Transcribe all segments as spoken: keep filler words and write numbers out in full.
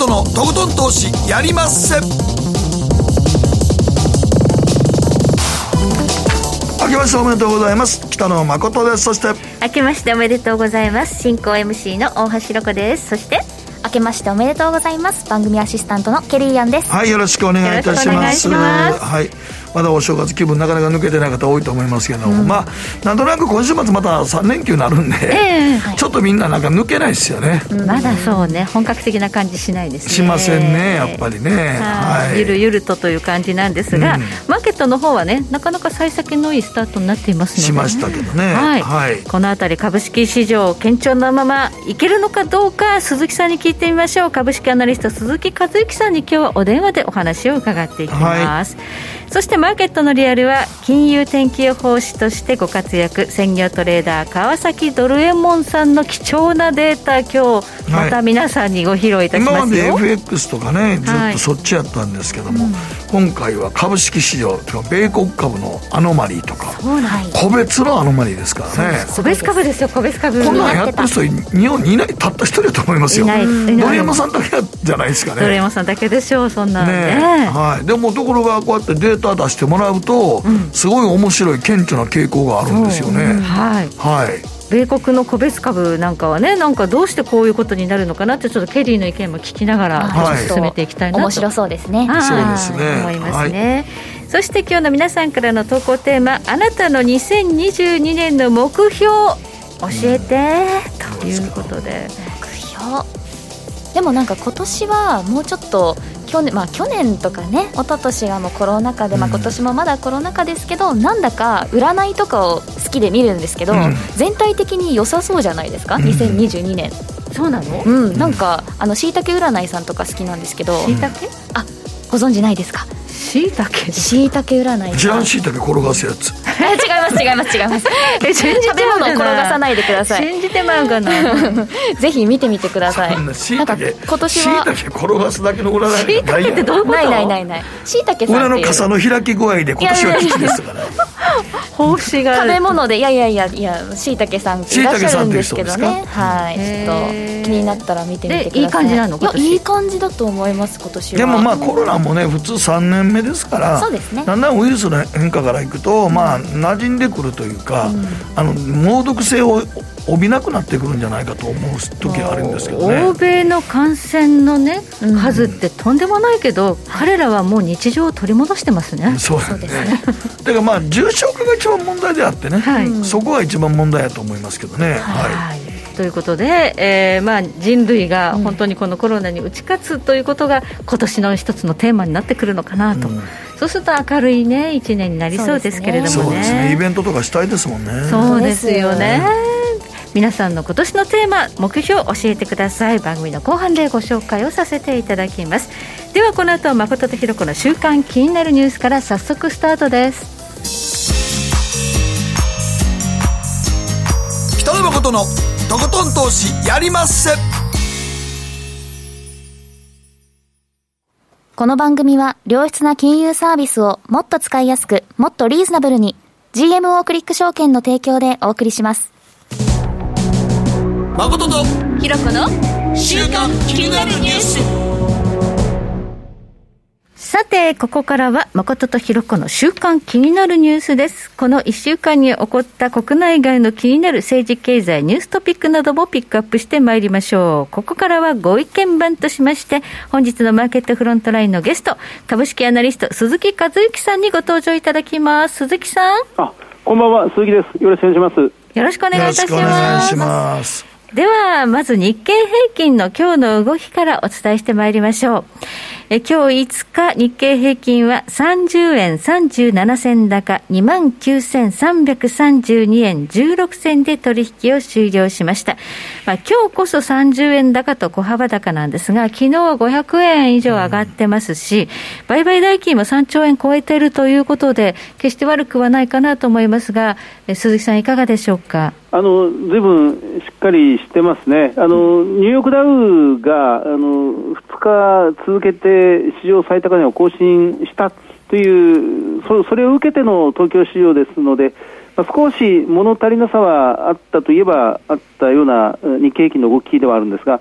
誠のとことん投資やりまっせ。明けましておめでとうございます。北野誠です。そして明けましておめでとうございます。進行 エムシー の大橋ロコです。そして明けましておめでとうございます。番組アシスタントのケリーアンです。 はい、よろしくお願いいたします。はい、まだお正月気分なかなか抜けてない方多いと思いますけども、うん、まあなんとなく今週末またさん連休になるんで、えー、ちょっとみんななんか抜けないですよね、 うん、まだそうね、本格的な感じしないですね。 しませんね、やっぱりね、 はい、ゆるゆるとという感じなんですが、うん、マーケットの方はね、なかなか幸先のいいスタートになっていますので、ね、 しましたけどね、 はいはい、このあたり株式市場堅調なままいけるのかどうか、鈴木さんに聞いてみましょう。株式アナリスト鈴木和之さんに今日はお電話でお話を伺っていきます、はい、そしてマーケットのリアルは金融天気予報士としてご活躍、専業トレーダー川崎ドルエモンさんの貴重なデータ、今日また皆さんにご披露いたしますよ、はい、 今まで エフエックス とかねずっとそっちやったんですけども、はい、今回は株式市場とか米国株のアノマリーとか、個別のアノマリーですからね。 個別株ですよ、個別株。 こんなんやってる人日本にいない、たった一人だと思いますよ。いない、ドルエモンさんだけじゃないですかね。 ドルエモンさんだけでしょう、そんなんね、 ね、はい、でもところがこうやってデータ出してもらうと、うん、すごい面白い顕著な傾向があるんですよね、うん、はい、はい、 米国の個別株なんかはね、なんかどうしてこういうことになるのかなって、ちょっとケリーの意見も聞きながら、はい、進めていきたいなと、 面白そうですね。 そうですね、 思いますね、はい、そして今日の皆さんからの投稿テーマ、あなたのにせんにじゅうにねんの目標教えて、うん、ということで、 目標でもなんか今年はもうちょっと去年、まあ、去年とかね、一昨年がもうコロナ禍で、まあ、今年もまだコロナ禍ですけど、うん、なんだか占いとかを好きで見るんですけど、うん、全体的に良さそうじゃないですか、うん、にせんにじゅうにねん。 そうなの？ うん、なんかあのしいたけ占いさんとか好きなんですけど、 しいたけ、 あ、ご存知ないですか？ しいたけしいたけ占い、 知らん、しいたけ転がすやつ違います違います違います食べ物を転がさないでください。 信じてまうかなぜひ見てみてください。 しいたけ、 今年はしいたけ転がすだけの占い、 しいたけってどういうこと？ ないないないない。しいたけさんっていう裏の傘の開き具合で今年は吉ですからね奉仕が食べ物で、いやいやいやいや、しいたけさんっていらっしゃるんですけどね、はい、ちょっと気になったら見てみてください。 いい感じなの？ いや、いい感じだと思います、今年は。 でもまあコロナもね、普通さんねんめですから、 そうですね、 だんだんウイルスの変化からいくと、まあ馴染んでくるというか、うん、あの猛毒性を帯びなくなってくるんじゃないかと思う時があるんですけどね。 欧米の感染のね、数ってとんでもないけど、うん、彼らはもう日常を取り戻してますね。 そうですねだからまあ重症化が一番問題であってね、はい、そこが一番問題だと思いますけどね、はい、 はい、ということで、えーまあ、人類が本当にこのコロナに打ち勝つということが今年の一つのテーマになってくるのかなと、うん、そうすると明るいね一年になりそうですけれどもね。 そうですね、イベントとかしたいですもんね。 そうですよね。皆さんの今年のテーマ、目標を教えてください。番組の後半でご紹介をさせていただきます。ではこの後、誠とひろ子の週刊気になるニュースから早速スタートです。 北野誠のとことん投資やりまっせ。 この番組は良質な金融サービスをもっと使いやすく、もっとリーズナブルに ジーエムオー クリック証券の提供でお送りします。 誠とひろ子の週刊気になるニュース。 さて、ここからは誠とひろ子の週刊気になるニュースです。このいっしゅうかんに起こった国内外の気になる政治経済ニューストピックなどもピックアップしてまいりましょう。ここからはご意見番としまして、本日のマーケットフロントラインのゲスト、株式アナリスト鈴木和之さんにご登場いただきます。鈴木さん。 あ、こんばんは、鈴木です。よろしくお願いします。 よろしくお願いいたします。 よろしくお願いします。 ではまず日経平均の今日の動きからお伝えしてまいりましょう。え今日いつか日経平均はさんじゅうえんさんじゅうななせん高 にまんきゅうせんさんびゃくさんじゅうにえんじゅうろくせんで取引を終了しました。まあ、今日こそさんじゅうえん高と小幅高なんですが、昨日はごひゃくえん以上上がってますし、売買代金もさんちょうえん超えているということで、決して悪くはないかなと思いますが、え鈴木さんいかがでしょうか。 あの随分しっかりしてますね。あのニューヨークダウがあのふつか続けて史上最高値を更新したという そ, それを受けての東京市場ですので、まあ、少し物足りなさはあったといえばあったような日経平均の動きではあるんですが、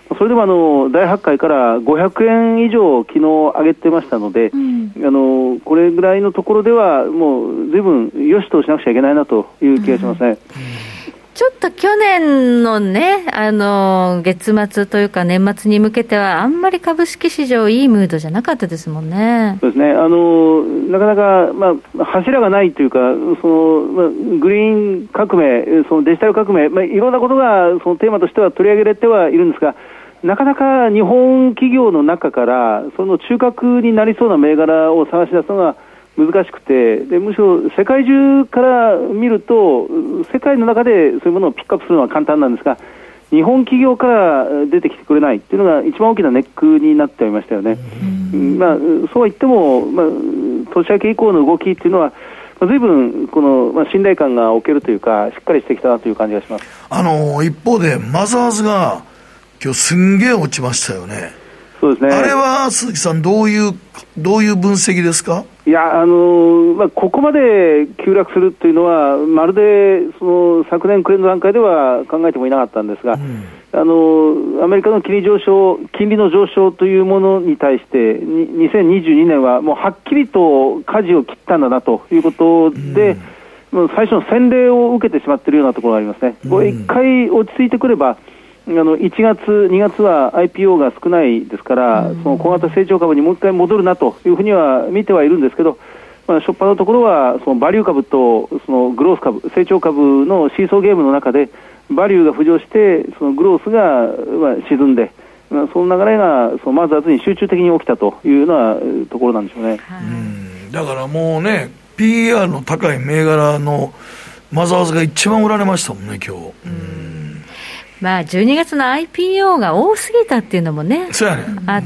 それでもあのだいはちかいからごひゃくえん以上昨日上げてましたので、うん、あのこれぐらいのところではもう随分よしとしなくちゃいけないなという気がしますね。うん、 ちょっと去年のね、あの月末というか年末に向けてはあんまり株式市場いいムードじゃなかったですもんね。 そうですね。あのなかなか、まあ、柱がないというか、その、まあ、グリーン革命、そのデジタル革命、まあ、いろんなことがそのテーマとしては取り上げられてはいるんですが、なかなか日本企業の中からその中核になりそうな銘柄を探し出すのが難しくて、でむしろ世界中から見ると世界の中でそういうものをピックアップするのは簡単なんですが、日本企業から出てきてくれないというのが一番大きなネックになっておりましたよね。まあ、そうは言っても、まあ、年明け以降の動きというのは随分この、まあ、信頼感が置けるというか、しっかりしてきたなという感じがします。 あの一方でマザーズが今日すんげえ落ちましたよね。 そうですね。 あれは鈴木さん、どういうどういう分析ですか？ いや、あのまあ、ここまで急落するというのはまるでその昨年暮れの段階では考えてもいなかったんですが、うん、あのアメリカの金利上昇金利の上昇というものに対してにせんにじゅうにねんはもうはっきりと舵を切ったんだなということで、うん、もう最初の洗礼を受けてしまっているようなところがありますね。これ一回落ち着いてくれば、あのいちがつ、にがつは アイピーオー が少ないですから、うん、その小型成長株にもう一回戻るなというふうには見てはいるんですけど、まあ、初っ端のところはそのバリュー株とそのグロース株、成長株のシーソーゲームの中でバリューが浮上してそのグロースがまあ沈んで、まあ、その流れがそのマザーズに集中的に起きたというようなところなんでしょうね。 うん、だからもうね ピーイーアール の高い銘柄のマザーズが一番売られましたもんね今日。うんまあ、じゅうにがつの アイピーオー が多すぎたっていうのもね、 そうやねあって、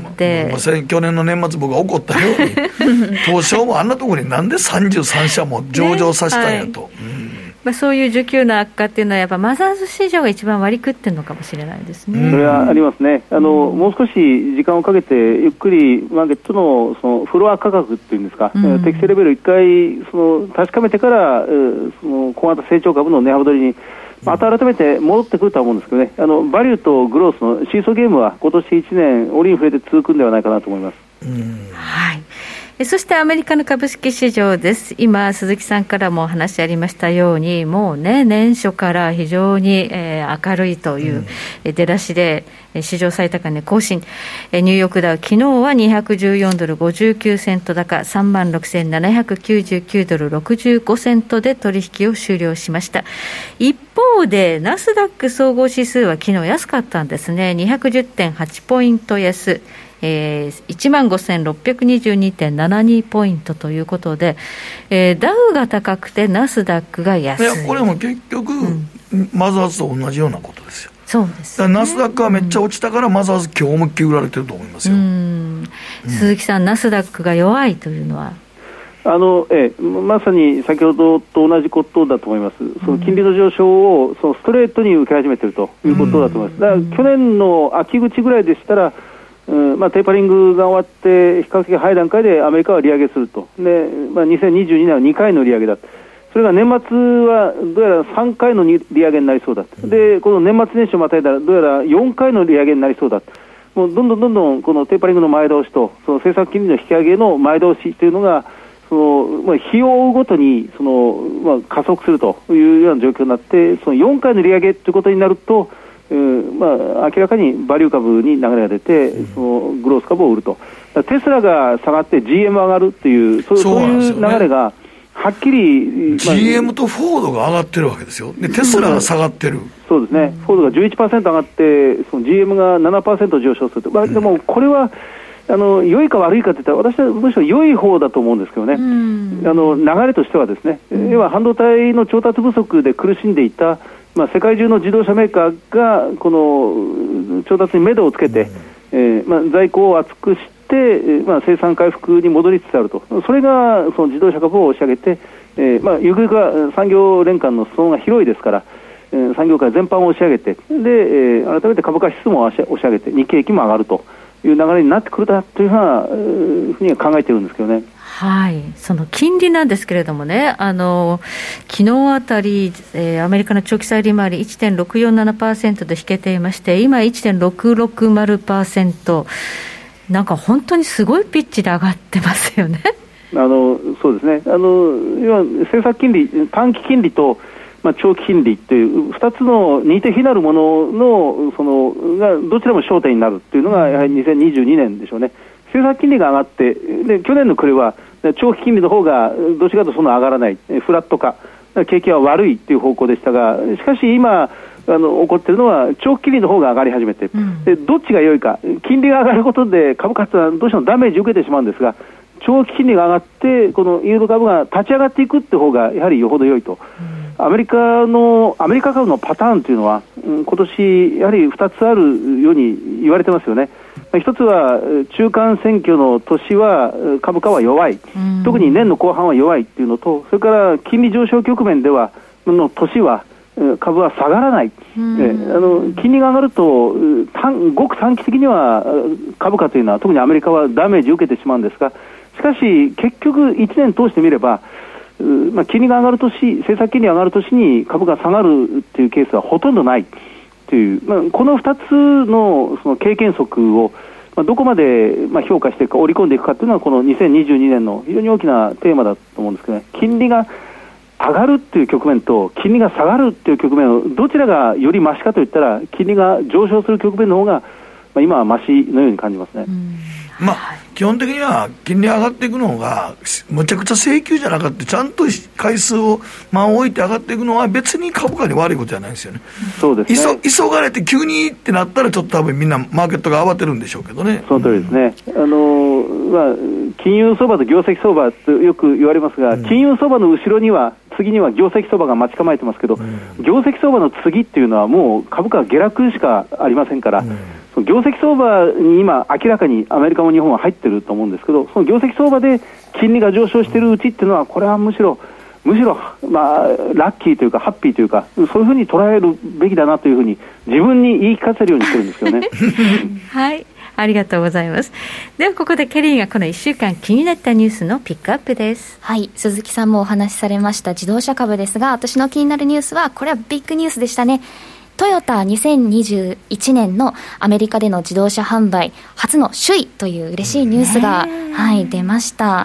まあ、去年の年末僕が怒ったように東証もあんなところになんでさんじゅうさんしゃも上場させたんやと、ねはいうんまあ、そういう需給の悪化っていうのはやっぱマザーズ市場が一番割り食ってるのかもしれないですね。 それはありますね。あの、うん、もう少し時間をかけてゆっくりマーケット の, そのフロア価格っていうんですか、うん、適正レベルいっかいその確かめてからその小型成長株の値幅取りにまた改めて戻ってくるとは思うんですけどね、あのバリューとグロースのシーソーゲームは今年いちねん折に触れて続くんではないかなと思います。 うんはいそしてアメリカの株式市場です。今鈴木さんからも話ありましたようにもうね年初から非常に、えー、明るいという出だしで、うん、市場最高値更新、ニューヨークダウ昨日はにひゃくじゅうよんドルごじゅうきゅうセント高 さんまんろくせんななひゃくきゅうじゅうきゅうドルろくじゅうごセントで取引を終了しました。一方でナスダック総合指数は昨日安かったんですね。 にひゃくじゅってんはち ポイント安、えー、いちまんごせんろっぴゃくにじゅうにてんななに ポイントということで、えー、ダウが高くてナスダックが安い。 いやこれも結局、うん、マザーズと同じようなことですよ。 そうですね、 だからナスダックはめっちゃ落ちたから、うん、マザーズ今日思いっきり売られてると思いますよ。 うんうん、鈴木さんナスダックが弱いというのはあのええ、まさに先ほどと同じことだと思います。その金利の上昇をそのストレートに受け始めているということだと思います。だから去年の秋口ぐらいでしたらうんまあ、テーパリングが終わって比較的早い段階でアメリカは利上げするとで、まあ、にせんにじゅうにねんはにかいの利上げだ。それが年末はどうやらさんかいの利上げになりそうだ。でこの年末年始をまたいだらどうやらよんかいの利上げになりそうだ。もうどんどんどんどんこのテーパリングの前倒しとその政策金利の引き上げの前倒しというのがその、まあ、日を追うごとにその、まあ、加速するというような状況になってそのよんかいの利上げということになるとうんまあ、明らかにバリュー株に流れが出て、うん、そのグロース株を売ると。テスラが下がって ジーエム 上がるっていうそう、そういう流れがはっきり、 まあ、ジーエム とフォードが上がってるわけですよ。でテスラが下がってる。 そうですね。フォードが じゅういちパーセント 上がってその ジーエム が ななパーセント 上昇すると、まあ、でもこれはあの良いか悪いかといったら私はむしろ良い方だと思うんですけどね。あの流れとしてはですね、要は半導体の調達不足で苦しんでいたまあ、世界中の自動車メーカーがこの調達に目処をつけて、うんえーまあ、在庫を厚くして、えーまあ、生産回復に戻りつつあると。それがその自動車株を押し上げて、えーまあ、ゆくゆくは産業連関の裾野が広いですから、えー、産業界全般を押し上げてで、えー、改めて株価指数も押し上げて日経平均も上がるという流れになってくるだというふうなふうには考えているんですけどね。 はい、その金利なんですけれどもね、あの昨日あたり、えー、アメリカの長期債利回り いってんろくよんななパーセント で引けていまして、今 いってんろくろくまるパーセント、 なんか本当にすごいピッチで上がってますよね。 あのそうですね、あの要は政策金利、短期金利と、まあ、長期金利というふたつの似て非なるものの、そのがどちらも焦点になるというのがやはりにせんにじゅうにねんでしょうね。政策金利が上がって、で去年の暮れは長期金利の方がどちらかとその上がらない、フラット化、景気は悪いという方向でしたが、しかし今あの起こっているのは長期金利の方が上がり始めて、うん、でどっちが良いか、金利が上がることで株価はどうしてもダメージを受けてしまうんですが、長期金利が上がってこのイールド株が立ち上がっていくって方がやはりよほど良いと、うん、アメリカのアメリカ株のパターンというのは、うん、今年やはりふたつあるように言われてますよね。一つは中間選挙の年は株価は弱い、特に年の後半は弱いというのと、それから金利上昇局面ではの年は株は下がらない、あの金利が上がると短ごく短期的には株価というのは特にアメリカはダメージを受けてしまうんですが、しかし結局いちねん通してみれば、まあ、金利が上がる年、政策金利が上がる年に株が下がるというケースはほとんどないという、まあ、このふたつ の, その経験則を、まあ、どこまでまあ評価していくか、織り込んでいくかというのはこのにせんにじゅうにねんの非常に大きなテーマだと思うんですけどね。金利が上がるという局面と金利が下がるという局面をどちらがよりマシかといったら、金利が上昇する局面の方が、まあ、今はマシのように感じますね。 まあ、基本的には金利上がっていくのがむちゃくちゃ請求じゃなくて、ちゃんと回数を間を置いて上がっていくのは別に株価に悪いことじゃないですよね。 そうですね。 急がれて急にってなったらちょっと多分みんなマーケットが慌てるんでしょうけどね。 その通りですね、うん、あのまあ、金融相場と業績相場とよく言われますが、うん、金融相場の後ろには次には業績相場が待ち構えてますけど、うん、業績相場の次っていうのはもう株価は下落しかありませんから、うん、その業績相場に今明らかにアメリカも日本は入ってると思うんですけど、その業績相場で金利が上昇しているうちっていうのは、これはむしろむしろ、まあ、ラッキーというかハッピーというか、そういうふうに捉えるべきだなというふうに自分に言い聞かせるようにしてるんですよね。 はい、ありがとうございます。ではここでケリーがこのいっしゅうかん気になったニュースのピックアップです。 はい、鈴木さんもお話しされました自動車株ですが、私の気になるニュースは、これはビッグニュースでしたね。トヨタにせんにじゅういちねんのアメリカでの自動車販売初の首位という嬉しいニュースが、はい、出ました、はい、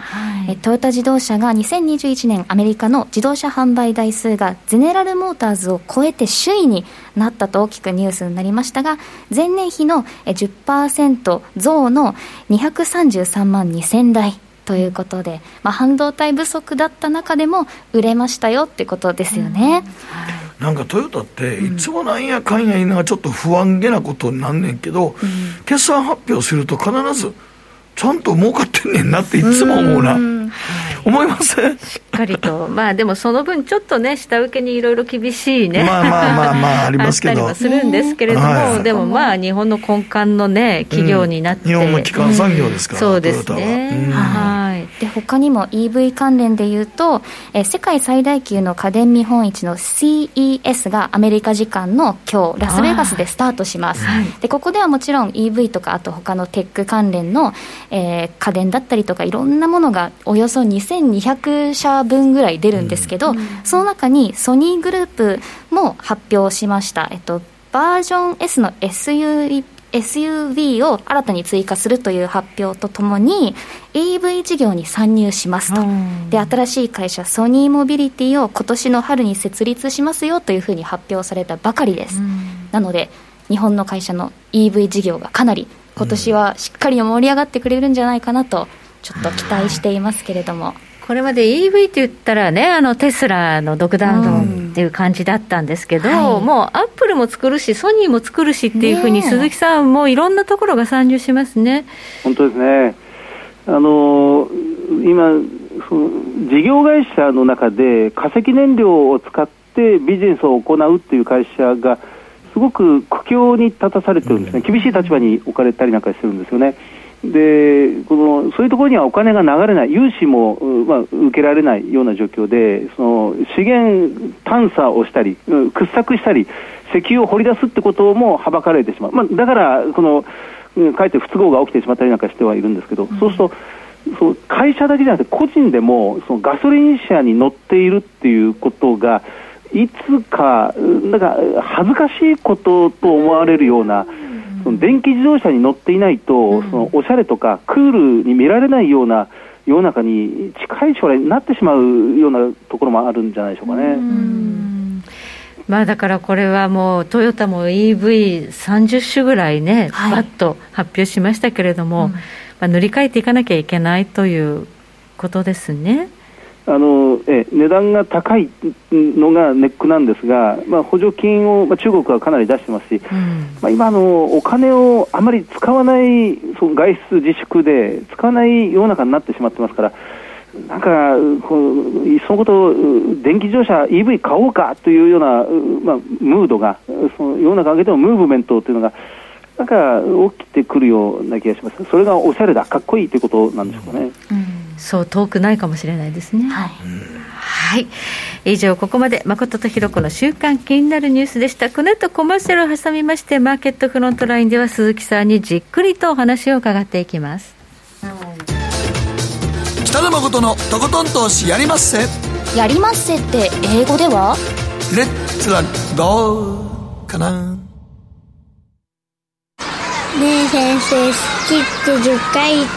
えトヨタ自動車がにせんにじゅういちねんアメリカの自動車販売台数がゼネラルモーターズを超えて首位になったと大きくニュースになりましたが、前年比の じゅっパーセント 増のにひゃくさんじゅうさんまんにせんだいということで、まあ、半導体不足だった中でも売れましたよってことですよね、うん、はい。 なんかトヨタっていつもなんやかんや言いながらちょっと不安げなことになんねんけど、うん、決算発表すると必ずちゃんと儲かってんねんなっていつも思うな、うん、思いません？ しっかりとまあでもその分ちょっとね下請けにいろいろ厳しいね、 まあまあまあまあありますけどあったりはするんですけれども、はい、でもまあ日本の根幹のね企業になって、うん、 日本の基幹産業ですから、 うん、そうですね、 うん、 はい。 で他にも イーブイ 関連でいうと、え世界最大級の家電見本市の シーイーエス がアメリカ時間の今日ラスベガスでスタートします、はい、でここではもちろん イーブイ とかあと他のテック関連の、えー、家電だったりとかいろんなものがおよそにせんにひゃくしゃぶんぐらい出るんですけど、うん、その中にソニーグループも発表しました、えっと、バージョン S の エスユーブイエスユーブイ を新たに追加するという発表とともに イーブイ 事業に参入しますと、うん、で新しい会社ソニーモビリティを今年の春に設立しますよというふうに発表されたばかりです、うん、なので日本の会社の イーブイ 事業がかなり今年はしっかり盛り上がってくれるんじゃないかなとちょっと期待していますけれども、 これまで イーブイ って言ったらね、あのテスラの独断論っていう感じだったんですけど、うん、はい、もうアップルも作るしソニーも作るしっていうふうに鈴木さんもいろんなところが参入しますね。 本当ですね。あの今その事業会社の中で化石燃料を使ってビジネスを行うっていう会社がすごく苦境に立たされてるんですね。厳しい立場に置かれたりなんかしてるんですよね。でこのそういうところにはお金が流れない、融資も、まあ、受けられないような状況で、その資源探査をしたり掘削したり石油を掘り出すってこともはばかれてしまう、まあ、だからこのかえって不都合が起きてしまったりなんかしてはいるんですけど、うん、そうするとそう会社だけじゃなくて個人でもそのガソリン車に乗っているっていうことがいつかなんか恥ずかしいことと思われるような、その電気自動車に乗っていないと、そのおしゃれとかクールに見られないような世の中に近い将来になってしまうようなところもあるんじゃないでしょうかね。うん、 まあ、だからこれはもうトヨタも イーブイさんじゅっ 種ぐらいね、はい、バッと発表しましたけれども、うん、まあ、塗り替えていかなきゃいけないということですね。 あのえ値段が高いのがネックなんですが、まあ、補助金を、まあ、中国はかなり出してますし、うん、まあ、今あのお金をあまり使わないその外出自粛で使わない世の中になってしまってますから、なんかこういっそのこと電気自動車 イーブイ 買おうかというような、まあ、ムードがその世の中に上げてもムーブメントというのがなんか起きてくるような気がします。それがおしゃれだかっこいいということなんでしょうかね。うん、 そう遠くないかもしれないですね。はい、はい、以上ここまで誠とひろ子の週刊気になるニュースでした。この後コマーシャルを挟みまして、マーケットフロントラインでは鈴木さんにじっくりとお話を伺っていきます。 北野誠のとことん投資やりまっせ。 やりまっせって英語ではレッツラゴーかな。 ねえ先生、好きってじゅっかい言って。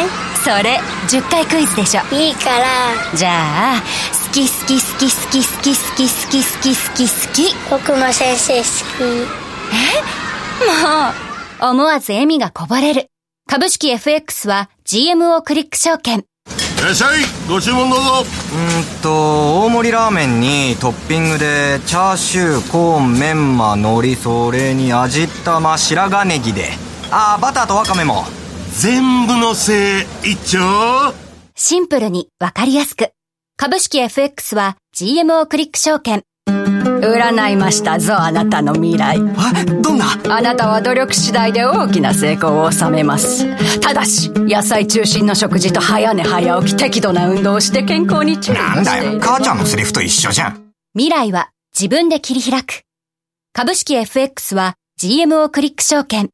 それじゅっかいクイズでしょ。 いいから。 じゃあ好き好き好き好き好き好き好き好き好き好き。 僕も先生好き。 え、もう思わず笑みがこぼれる。株式 エフエックス は ジーエムオー クリック証券。 いらっしゃい、ご注文どうぞ。 うんと大盛りラーメンにトッピングでチャーシュー、コーン、メンマ、海苔、それに味玉、白髪ネギで、あーバターとワカメも全部のせい一丁。 シンプルにわかりやすく。株式 エフエックス は ジーエムオー クリック証券。 占いましたぞ、あなたの未来。 え、どんな？ あなたは努力次第で大きな成功を収めます。ただし野菜中心の食事と早寝早起き、適度な運動をして健康に注意している。 なんだよ、母ちゃんのセリフと一緒じゃん。 未来は自分で切り開く。株式 エフエックス は ジーエムオー クリック証券。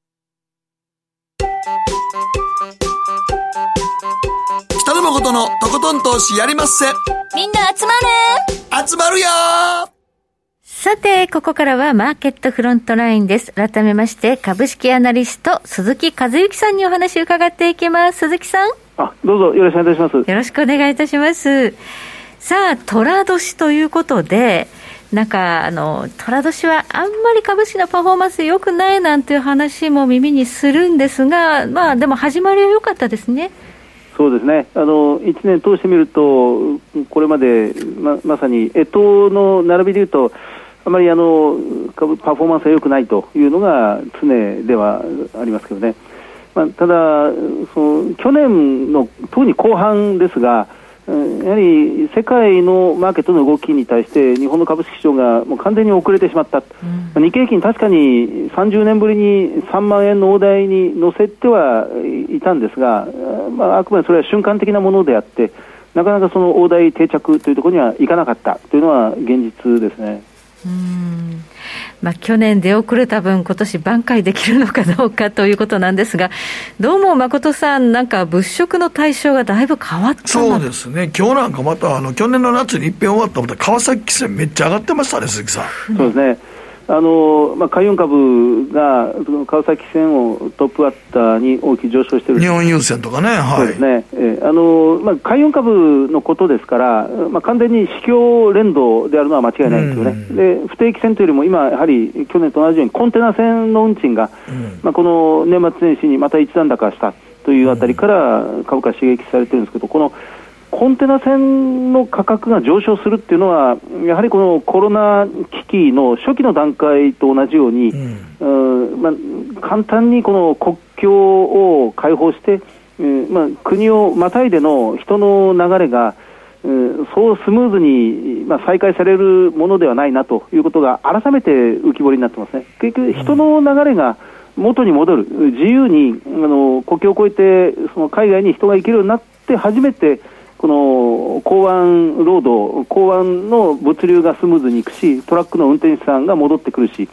北野誠のとことん投資やりまっせ。 みんな集まる集まるよ。 さてここからはマーケットフロントラインです。改めまして株式アナリスト鈴木和之さんにお話を伺っていきます。鈴木さん、 あ、どうぞよろしくお願いいたします。 よろしくお願いいたします。さあ寅年ということで、なんかあの寅年はあんまり株式のパフォーマンス良くないなんていう話も耳にするんですが、まあでも始まりは良かったですね。 そうですね、あのいちねん通してみるとこれまで ま, まさに干支の並びでいうとあまりあの株パフォーマンスが良くないというのが常ではありますけどね、まあ、ただその去年の特に後半ですが、やはり世界のマーケットの動きに対して日本の株式市場がもう完全に遅れてしまった、うん、日経平均確かにさんじゅうねんぶりにさんまんえんの大台に乗せてはいたんですが、まあ、あくまでそれは瞬間的なものであってなかなかその大台定着というところにはいかなかったというのは現実ですね。 うーん、まあ、去年出遅れた分今年挽回できるのかどうかということなんですが、どうも誠さん、なんか物色の対象がだいぶ変わった。 そうですね、今日なんかまたあの去年の夏に一遍終わったまた川崎汽船めっちゃ上がってましたね、鈴木さん。 そうですね、あのまあ、海運株が川崎線をトップバッターに大きく上昇している。 日本郵船とかね、はい、 そうですね、えあのまあ、海運株のことですから、まあ、完全に市況連動であるのは間違いないですよね。で不定期船というよりも今やはり去年と同じようにコンテナ船の運賃が、うんまあ、この年末年始にまた一段高したというあたりから株価刺激されてるんですけど、このコンテナ船の価格が上昇するっていうのはやはりこのコロナ危機の初期の段階と同じように、うんうんまあ、簡単にこの国境を開放して、うんまあ、国をまたいでの人の流れが、うん、そうスムーズに、まあ、再開されるものではないなということが改めて浮き彫りになってますね。結局人の流れが元に戻る、自由にあの国境を越えてその海外に人が行けるようになって初めてこの港湾労働、港湾の物流がスムーズにいくし、トラックの運転手さんが戻ってくるし、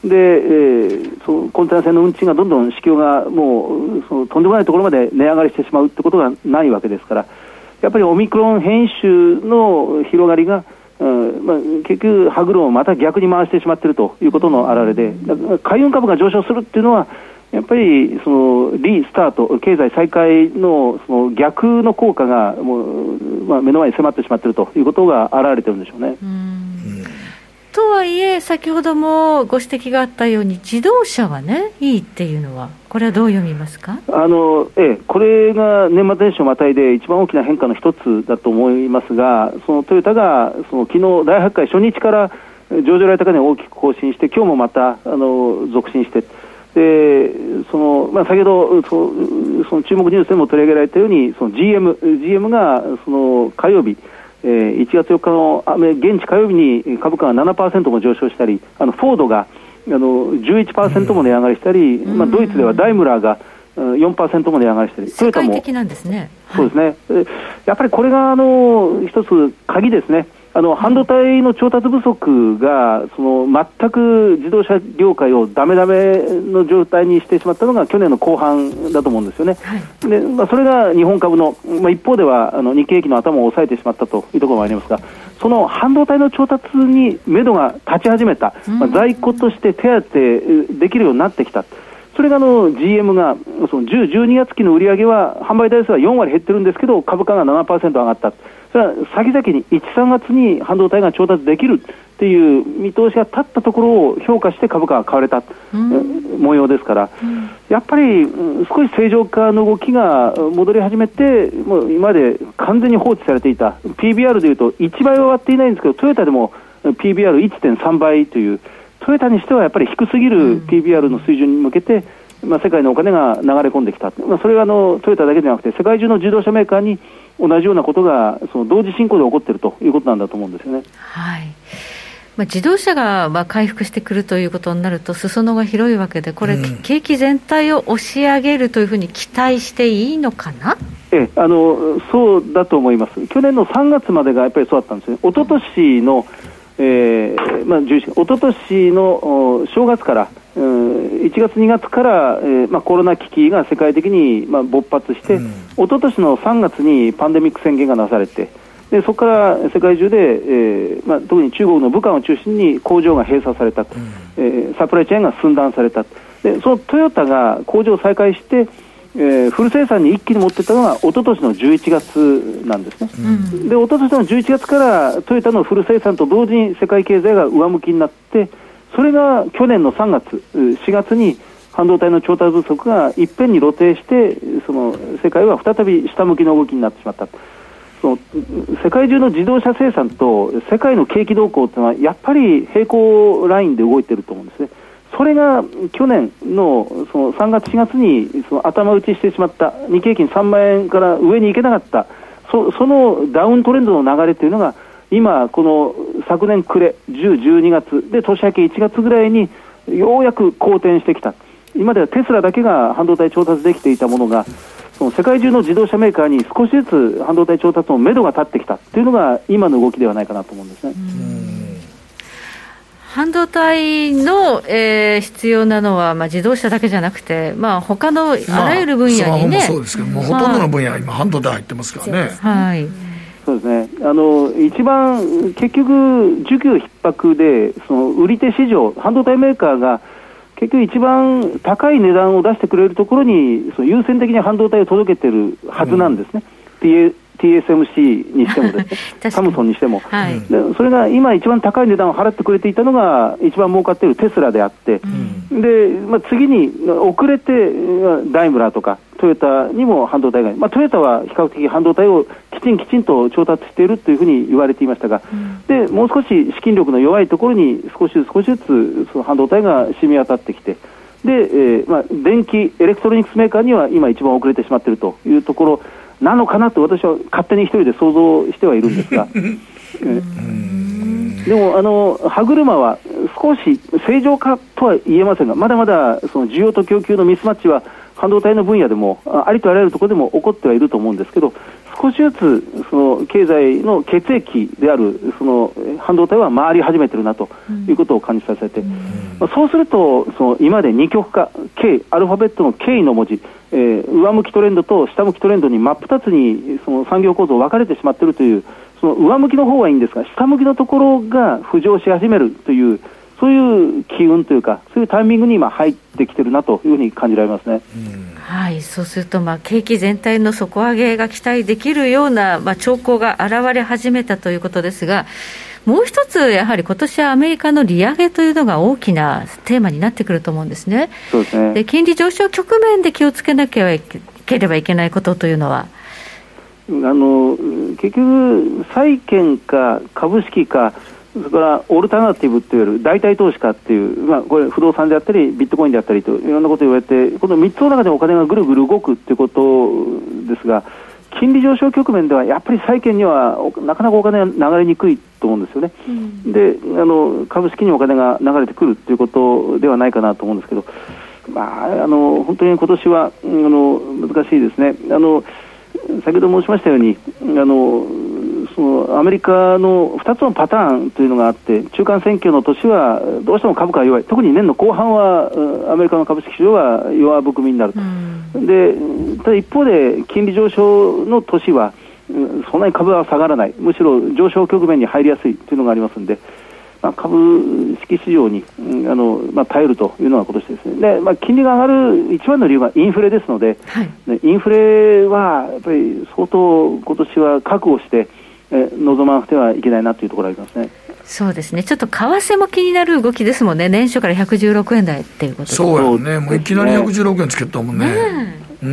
で、えー、そのコンテナ船の運賃がどんどん市況がもうそのとんでもないところまで値上がりしてしまうってことがないわけですから、やっぱりオミクロン変異種の広がりが、うんまあ、結局歯車をまた逆に回してしまっているということの表れで、海運株が上昇するっていうのはやっぱりそのリスタート、経済再開 の, その逆の効果がもう、まあ、目の前に迫ってしまっているということが表れているんでしょうね。 うん、とはいえ先ほどもご指摘があったように自動車はねいいっていうのはこれはどう読みますか？ あの、ええ、これが年末年始をまたいで一番大きな変化の一つだと思いますが、そのトヨタがその昨日だいはちかい初日から上場来高値を大きく更新して、今日もまたあの続伸して、でそのまあ、先ほどその、その注目ニュースでも取り上げられたように、その ジーエム, ジーエム がその火曜日、えー、いちがつよっかの現地火曜日に株価が ななパーセント も上昇したり、あのフォードがあの じゅういちパーセント も値上がりしたり、うんまあ、ドイツではダイムラーが よんパーセント も値上がりしたり、 世界的なんですね。 そうですね、はい、やっぱりこれがあの一つ鍵ですね。あの半導体の調達不足がその全く自動車業界をダメダメの状態にしてしまったのが去年の後半だと思うんですよね。はい、でまあ、それが日本株の、まあ、一方ではあの日経平均の頭を抑えてしまったというところもありますが、その半導体の調達に目処が立ち始めた、まあ、在庫として手当てできるようになってきた。それがあの ジーエム がそのじゅう、じゅうにがつ期の売り上げは販売台数はよんわり減ってるんですけど、株価が ななパーセント 上がった。それは先々にいち、さんがつに半導体が調達できるっていう見通しが立ったところを評価して株価が買われた模様ですから、やっぱり少し正常化の動きが戻り始めて、もう今まで完全に放置されていた ピービーアール でいうといちばいは割っていないんですけど、トヨタでも ピービーアールいってんさん 倍という、トヨタにしてはやっぱり低すぎる ピービーアール の水準に向けて、まあ、世界のお金が流れ込んできた、まあ、それがあのトヨタだけではなくて世界中の自動車メーカーに同じようなことがその同時進行で起こっているということなんだと思うんですよね。 はい、まあ、自動車がまあ回復してくるということになると裾野が広いわけで、これ、うん、景気全体を押し上げるというふうに期待していいのかな？ ええ、あのそうだと思います。去年のさんがつまでがやっぱりそうだったんですね。一昨年の、えーまあ、一昨年の正月からいちがつにがつから、えーまあ、コロナ危機が世界的に、まあ、勃発して、うん、一昨年のさんがつにパンデミック宣言がなされて、でそこから世界中で、えーまあ、特に中国の武漢を中心に工場が閉鎖された、うんえー、サプライチェーンが寸断された。でそのトヨタが工場を再開して、えー、フル生産に一気に持っていったのが一昨年のじゅういちがつなんですね。うん、で一昨年のじゅういちがつからトヨタのフル生産と同時に世界経済が上向きになって、それが去年のさんがつ、しがつに半導体の調達不足がいっぺんに露呈して、その世界は再び下向きの動きになってしまった。その世界中の自動車生産と世界の景気動向というのはやっぱり平行ラインで動いていると思うんですね。それが去年 の, そのさんがつしがつにその頭打ちしてしまった、日経平均さんまんえんから上に行けなかった、 そ, そのダウントレンドの流れというのが今この昨年暮れじゅう、じゅうにがつで年明けいちがつぐらいにようやく好転してきた。今ではテスラだけが半導体調達できていたものが、その世界中の自動車メーカーに少しずつ半導体調達の目処が立ってきたというのが今の動きではないかなと思うんですね。 半導体の、えー、必要なのは、まあ、自動車だけじゃなくて、まあ、他のあらゆる分野にね、 まあ、スマホもそうですけど、もうほとんどの分野は今半導体入ってますからね。 はい、 そうですね、あの一番結局需給逼迫でその売り手市場、半導体メーカーが結局一番高い値段を出してくれるところにその優先的に半導体を届けてるはずなんですね。うん、ティーエスエムシー にしてもですねサムソンにしても、はい、でそれが今一番高い値段を払ってくれていたのが一番儲かっているテスラであって、うん、で、まあ、次に遅れてダイムラーとかトヨタにも半導体が、まあ、トヨタは比較的半導体をきちんきちんと調達しているというふうに言われていましたが、うん、でもう少し資金力の弱いところに少しずつ少しずつその半導体が染み渡ってきて、で、えーまあ、電気エレクトロニクスメーカーには今一番遅れてしまっているというところなのかなと私は勝手に一人で想像してはいるんですがでもあの歯車は少し正常化とは言えませんが、まだまだその需要と供給のミスマッチは半導体の分野でもありとあらゆるところでも起こってはいると思うんですけど、 少しずつその経済の血液であるその半導体は回り始めているなということを感じさせて、うんまあ、そうするとその今まで二極化 K アルファベットの K の文字、えー、上向きトレンドと下向きトレンドに真っ二つにその産業構造分かれてしまっているという、その上向きの方はいいんですが下向きのところが浮上し始めるという、そういう機運というかそういうタイミングに今入ってきているなというふうに感じられますね。 うんはい、そうすると、まあ、景気全体の底上げが期待できるような、まあ、兆候が現れ始めたということですが、もう一つやはり今年はアメリカの利上げというのが大きなテーマになってくると思うんですね。 そうですね。 で金利上昇局面で気をつけなければいけないことというのは、 あの結局債券か株式かそれからオルタナティブといわれる代替投資家っていう、まあ、これ不動産であったりビットコインであったりといろんなことを言われて、このみっつの中でお金がぐるぐる動くということですが、金利上昇局面ではやっぱり債券にはなかなかお金が流れにくいと思うんですよね、うん、であの株式にお金が流れてくるということではないかなと思うんですけど、まあ、あの本当に今年はあの難しいですね。あの先ほど申しましたようにあのそのアメリカのふたつのパターンというのがあって、中間選挙の年はどうしても株価が弱い、特に年の後半はアメリカの株式市場は弱含みになると、うん、でただ一方で金利上昇の年はそんなに株は下がらない、むしろ上昇局面に入りやすいというのがありますので、まあ、株式市場にあの、まあ、耐えるというのが今年ですね。で、まあ、金利が上がる一番の理由はインフレですので、はい、インフレはやっぱり相当今年は覚悟してえ望まなくてはいけないなというところがありますね。 そうですね。ちょっと為替も気になる動きですもんね。年初からひゃくじゅうろくえん台っていうことで。 そうやね。もういきなりひゃくじゅうろくえんつけたもんね。ねうん。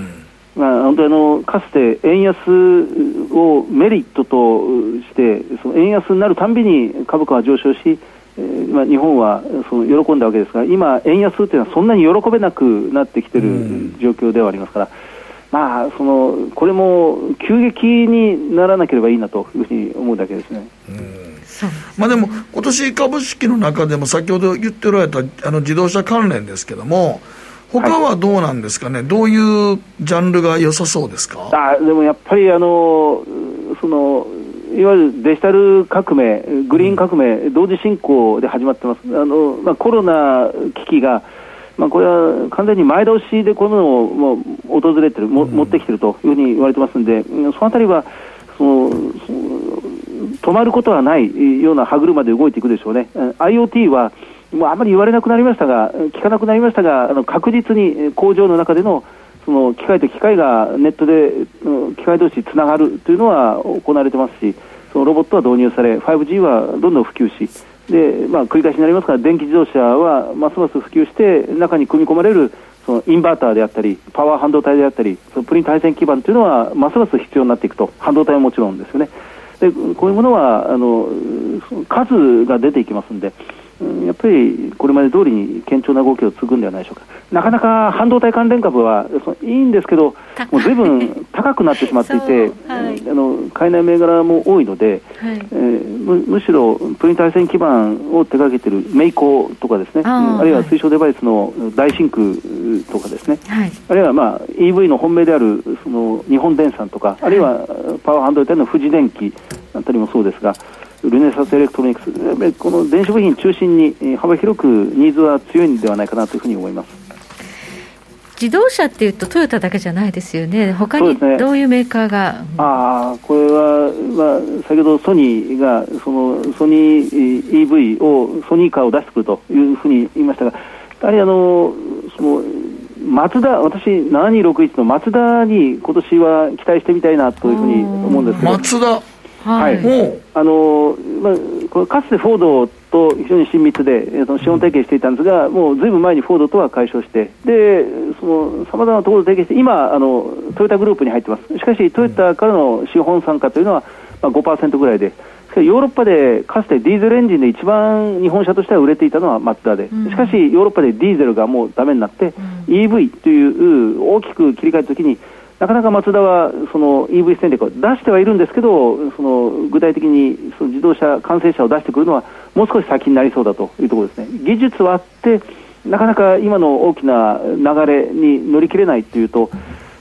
まあ、本当にあのかつて円安をメリットとしてその円安になるたんびに株価は上昇し、えーまあ、日本はその喜んだわけですが、今円安というのはそんなに喜べなくなってきている状況ではありますから、まあ、そのこれも急激にならなければいいなというふうに思うだけですね。 うんまあ、でも今年株式の中でも先ほど言っておられたあの自動車関連ですけども、他はどうなんですかね、はい、どういうジャンルが良さそうですか。 あでもやっぱりあのそのいわゆるデジタル革命、グリーン革命、うん、同時進行で始まってます。あの、まあ、コロナ危機が、まあ、これは完全に前倒しでこういうものをもう訪れてる、も持ってきているというふうに言われてますので、そのあたりはそのその止まることはないような歯車で動いていくでしょうね。 IoT はもうあまり言われなくなりましたが、聞かなくなりましたが、あの確実に工場の中でのその機械と機械がネットで機械同士つながるというのは行われてますし、そのロボットは導入され ファイブジー はどんどん普及し、で、まあ、繰り返しになりますが電気自動車はますます普及して中に組み込まれるそのインバーターであったりパワー半導体であったりそのプリント配線基板というのはますます必要になっていくと。半導体はもちろんですよね。でこういうものはあの数が出ていきますので、やっぱりこれまで通りに堅調な動きを継ぐんではないでしょうか。なかなか半導体関連株はいいんですけど、もう随分高くなってしまっていて、はい、あの買えない銘柄も多いので、はいえー、む, むしろプリント配線基板を手掛けているメイコとかですね、あ, あるいは水晶デバイスの大真空とかですね、はい、あるいは、まあ、イーブイ の本命であるその日本電産とか、あるいはパワー半導体の富士電機あたりもそうですが、ルネサスエレクトロニクス、この電子部品中心に幅広くニーズは強いんではないかなというふうに思います。 自動車っていうとトヨタだけじゃないですよね。他にどういうメーカーが、ね、 あこれは、まあ、先ほどソニーがそのソニー イーブイ をソニーカーを出してくるというふうに言いましたが、やはりあのそのマツダ、私ななにーろくいちのマツダに今年は期待してみたいなというふうに思うんですけど、 マツダはい、あのまあ、これかつてフォードと非常に親密で、えー、と資本提携していたんですが、もうずいぶん前にフォードとは解消して、でそのさまざまなところで提携して、今あのトヨタグループに入ってます。しかしトヨタからの資本参加というのは、まあ、ごパーセント ぐらいで、ヨーロッパでかつてディーゼルエンジンで一番日本車としては売れていたのはマツダで、しかしヨーロッパでディーゼルがもうダメになって、うん、イーブイ という大きく切り替えたときに、なかなかマツダはその イーブイ 戦略を出してはいるんですけど、その具体的にその自動車完成車を出してくるのはもう少し先になりそうだというところですね。技術はあってなかなか今の大きな流れに乗り切れないというと、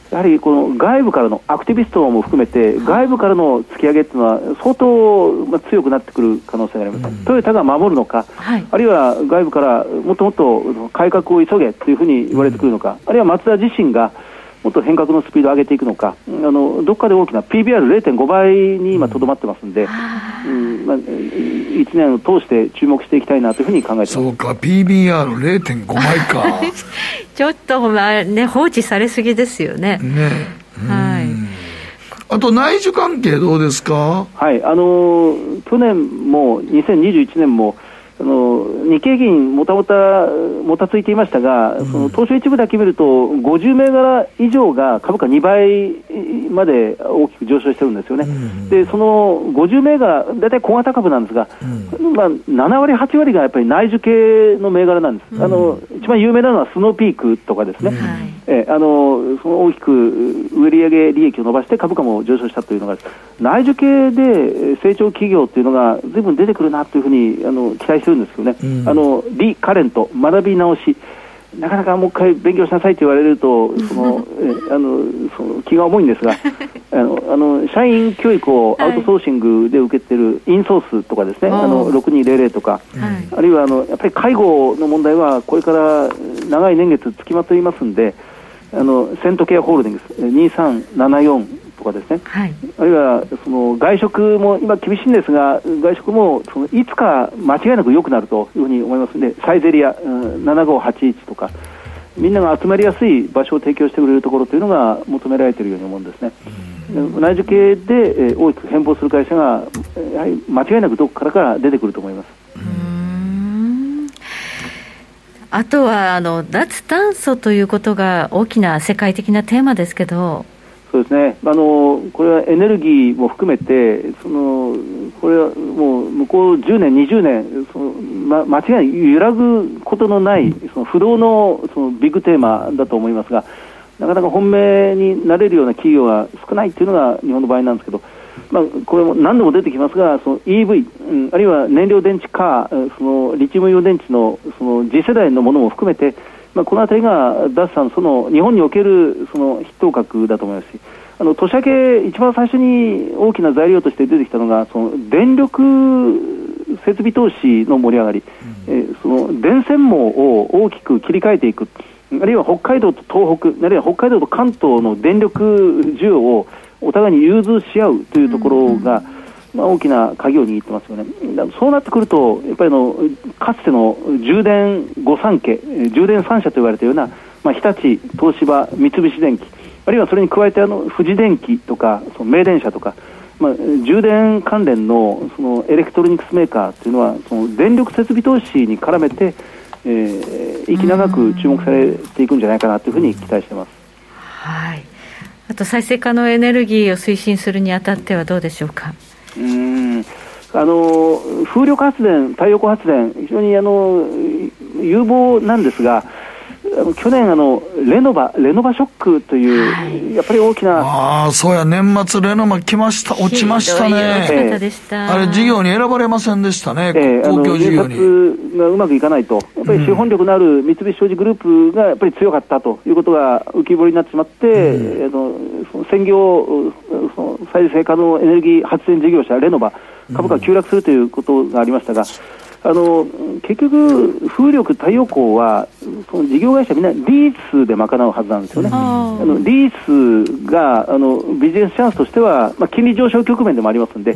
やはりこの外部からのアクティビストも含めて外部からの突き上げというのは相当まあ強くなってくる可能性があります、うん、トヨタが守るのか、はい、あるいは外部からもっともっと改革を急げというふうに言われてくるのか、うん、あるいはマツダ自身がもっと変革のスピードを上げていくのか、あのどっかで大きな ピービーアールゼロてんご 倍に今とどまってますので、うんまあ、いちねんを通して注目していきたいなというふうに考えています。 そうか ピービーアールゼロてんご 倍かちょっと、まあね、放置されすぎですよね。ね、 はい、あと内需関係どうですか。 はい、あの去年もにせんにじゅういちねんもあの日経銀もたもたもたついていましたが、うん、その東証一部だけ見るとごじゅうめいがら以上が株価にばいまで大きく上昇してるんですよね、うん、でそのごじゅうめいがらだいたい小型株なんですが、うんまあ、ななわりはちわりがやっぱり内需系の銘柄なんです、うん、あの一番有名なのはスノーピークとかですね、うんえあのその大きく売上利益を伸ばして株価も上昇したというのが内需系で成長企業というのが随分出てくるなというふうにあの期待してるんですよね、うん、あのリカレント学び直しなかなかもう一回勉強しなさいと言われるとそのえあのその気が重いんですがあのあの社員教育をアウトソーシングで受けているインソースとかですね、はい、あのろくにゼロゼロとか、はい、あるいはあのやっぱり介護の問題はこれから長い年月つきまといますんであのセントケアホールディングスにさんななよんとかですね、はい、あるいはその外食も今厳しいんですが外食もそのいつか間違いなく良くなるというふうに思いますのでサイゼリア、うん、ななごはちいちとかみんなが集まりやすい場所を提供してくれるところというのが求められているように思うんですね、うん、内需系で、えー、大きく変貌する会社がやはり間違いなくどこからから出てくると思います。 うーんあとはあの脱炭素ということが大きな世界的なテーマですけどそうですね、あのこれはエネルギーも含めてそのこれはもう向こうじゅうねんにじゅうねんその、ま、間違いなく揺らぐことのないその不動 の, そのビッグテーマだと思いますがなかなか本命になれるような企業が少ないというのが日本の場合なんですけど、まあ、これも何度も出てきますがその イーブイ、うん、あるいは燃料電池かそのリチウムイオン電池 の, その次世代のものも含めてまあ、このあたりが脱炭素の日本におけるその筆頭格だと思いますしあの年明け一番最初に大きな材料として出てきたのがその電力設備投資の盛り上がり、うんえー、その電線網を大きく切り替えていくあるいは北海道と東北あるいは北海道と関東の電力需要をお互いに融通し合うというところが、うんまあ、大きな鍵を握ってますよね。そうなってくるとやっぱりのかつての充電御三家充電三社と言われたような、まあ、日立、東芝、三菱電機あるいはそれに加えてあの富士電機とかその名電車とか、まあ、充電関連 の, そのエレクトロニクスメーカーというのはその電力設備投資に絡めて、えー、息長く注目されていくんじゃないかなというふうに期待しています。 はい、あと再生可能エネルギーを推進するにあたってはどうでしょうか。 うーんあの風力発電、太陽光発電非常にあの有望なんですがあの去年あのレノバレノバショックという、はい、やっぱり大きなああそうや年末レノバ来ました落ちましたね、 えー、 あれ事業に選ばれませんでしたね、えー、公共事業に入札がうまくいかないとやっぱり資本力のある三菱商事グループがやっぱり強かったということが浮き彫りになってしまって、うん、あのその専業その再生可能エネルギー発電事業者レノバ株価が急落するということがありましたが、あの結局風力太陽光はその事業会社みんなリースで賄うはずなんですよね。あのリースがあのビジネスチャンスとしては、まあ、金利上昇局面でもありますので、うん、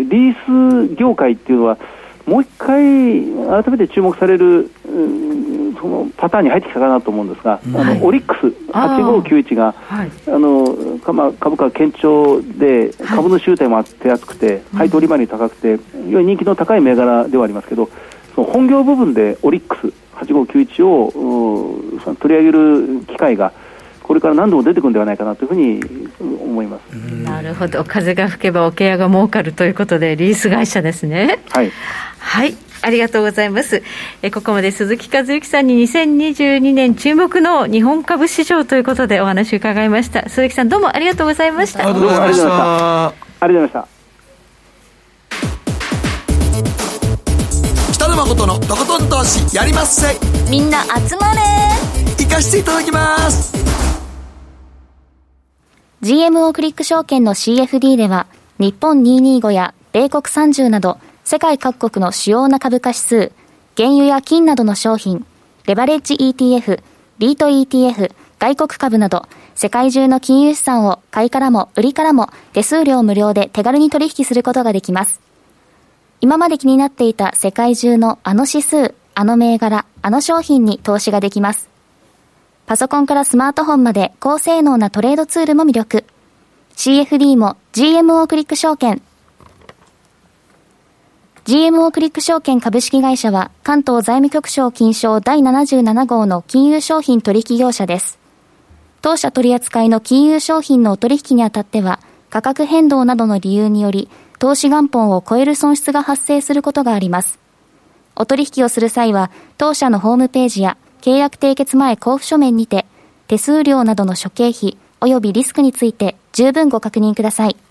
リース業界っていうのはもう一回改めて注目される、うん、そのパターンに入ってきたかなと思うんですが、はい、あのオリックスはちごきゅういちがあ、はい、あのまあ、株価堅調で株の集体もあって安くて、はい、配当利回り高くて、うん、より人気の高い銘柄ではありますけどその本業部分でオリックスはちごきゅういちをその取り上げる機会がこれから何度も出てくるんではないかなというふうに思います。 なるほど風が吹けば桶屋が儲かるということでリース会社ですね。 はい、 はい、ありがとうございます。えここまで鈴木和之さんににせんにじゅうにねん注目の日本株市場ということでお話を伺いました。鈴木さんどうもありがとうございました。 ありがとうございました。ありがとうございました。北野誠のとことん投資やりまっせ。 みんな集まれ。 行かせていただきます。 ジーエムオー クリック証券の シーエフディー では日本にひゃくにじゅうごや米国さんじゅうなど世界各国の主要な株価指数、原油や金などの商品、レバレッジ イーティーエフ、リート イーティーエフ、外国株など世界中の金融資産を買いからも売りからも手数料無料で手軽に取引することができます。今まで気になっていた世界中のあの指数、あの銘柄、あの商品に投資ができます。パソコンからスマートフォンまで高性能なトレードツールも魅力。シーエフディー も ジーエムオー クリック証券。ジーエムオー クリック証券株式会社は関東財務局長金賞だいななじゅうなな号の金融商品取引業者です。当社取扱いの金融商品のお取引にあたっては価格変動などの理由により投資元本を超える損失が発生することがあります。お取引をする際は当社のホームページや契約締結前交付書面にて手数料などの諸経費及びリスクについて十分ご確認ください。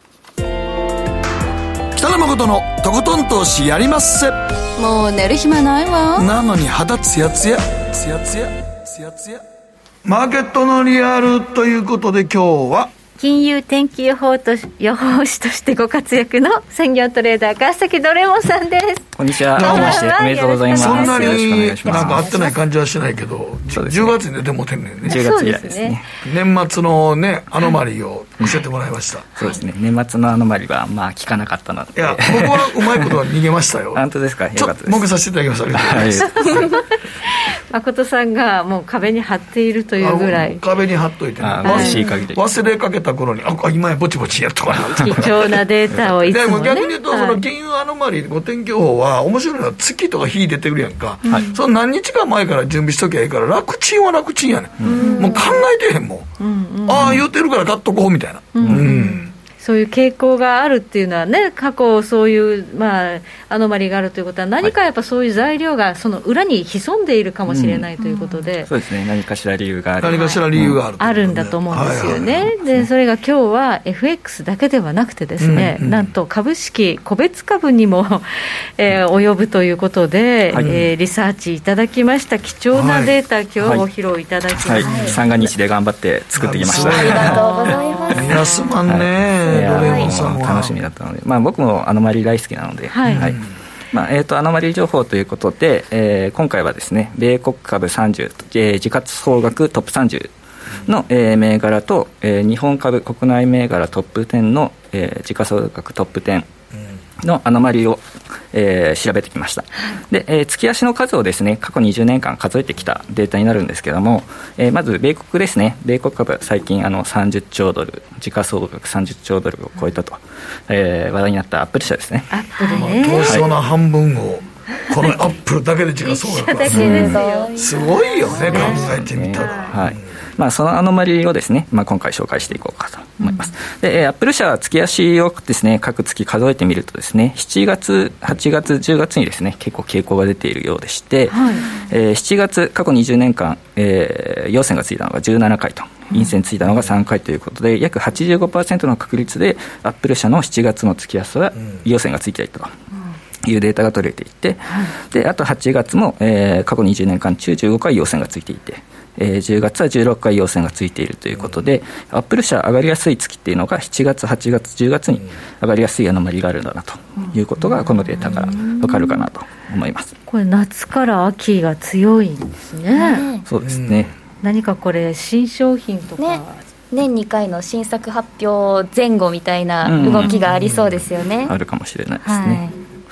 北野誠のとことん投資やりまっせ。 もう寝る暇ないわ。 なのに肌ツヤツヤツヤツヤツヤツヤ。マーケットのリアルということで今日は金融天気予報と予報士としてご活躍の専業トレーダー川崎ドレモンさんです。 こんにちは。どうもしておめでとうございます。 そんなによろしくお願いします。 なんか合ってない感じはしないけど、じゅうがつに出てもてんねんね。 じゅうがつ以来ですね。 年末のねアノマリーを教えてもらいました。 そうですね。年末のアノマリーはまあ聞かなかったので。 いや僕はうまいことは逃げましたよ。 本当ですか。よかったです。 もう一回させていただきました。 誠さんがもう壁に貼っているというぐらい。 壁に貼っといてね。 嬉しい限り。 忘れかけた頃にあ今やぼちぼちやっとかな。 貴重なデータをいつもね。 でも逆に言うと、はい、その金融アノマリーご天気予報は面白いのは月とか日出てくるやんか、はい、その何日か前から準備しときゃいいから楽ちんは楽ちんやね、うん、もう考えてへんもん、うんうん、ああ言うてるから買っとこうみたいな、うんうん、 そういう傾向があるっていうのはね、過去そういう、まあ、アノマリがあるということは何かやっぱそういう材料がその裏に潜んでいるかもしれないということで、うんうん、 そうですね、何かしら理由がある何かしら理由がある、 あるんだと思うんですよね、はいはいはい、でそれが今日は エフエックス だけではなくてですね、うんうん、なんと株式個別株にも、えー、及ぶということで、はい、えー、リサーチいただきました貴重なデータ、はい、今日ご披露いただきました、はいはい、 三が日で頑張って作ってきました。 ありがとうございます。 安まんね、 ドレモンさんは楽しみだったので、まあ、僕もアノマリ大好きなので、はいはい、まあえー、とアノマリ情報ということで、えー、今回はですね米国株さんじゅう、えー、時価総額トップさんじゅうの、えー、銘柄と、えー、日本株国内銘柄トップじゅうの、えー、時価総額トップじゅうのアノマリを、えー、調べてきました。で、えー、月足の数をですね過去にじゅうねんかん数えてきたデータになるんですけども、えー、まず米国ですね。米国株最近あのさんじゅっちょうドル、時価総額さんじゅっちょうドルを超えたと、えー、話題になったアップル社ですね。 アップルね、 東証の半分をこのアップルだけで時価総額はすごいよね、考えてみたら、 はい、まあ、そのアノマリをですね、まあ、今回紹介していこうかと思います、うん、でアップル社は月足をですね各月数えてみるとですねしちがつ、はちがつ、じゅうがつにですね結構傾向が出ているようでして、はい、えー、しちがつ過去にじゅうねんかん、えー、陽線がついたのがじゅうななかいと陰線ついたのがさんかいということで、約 はちじゅうごパーセント の確率でアップル社のしちがつの月足は陽線がついていたというデータが取れていて、であとはちがつも、えー、過去にじゅうねんかん中じゅうごかい陽線がついていて、えー、じゅうがつはじゅうろっかい陽線がついているということで、アップル社上がりやすい月っていうのがしちがつ、はちがつ、じゅうがつに上がりやすいアノマリがあるんだなということがこのデータから分かるかなと思います。 これ夏から秋が強いんですね。 そうですね。 何かこれ新商品とか、ね、 年にかいの新作発表前後みたいな動きがありそうですよね、うんうん、 あるかもしれないですね、はい、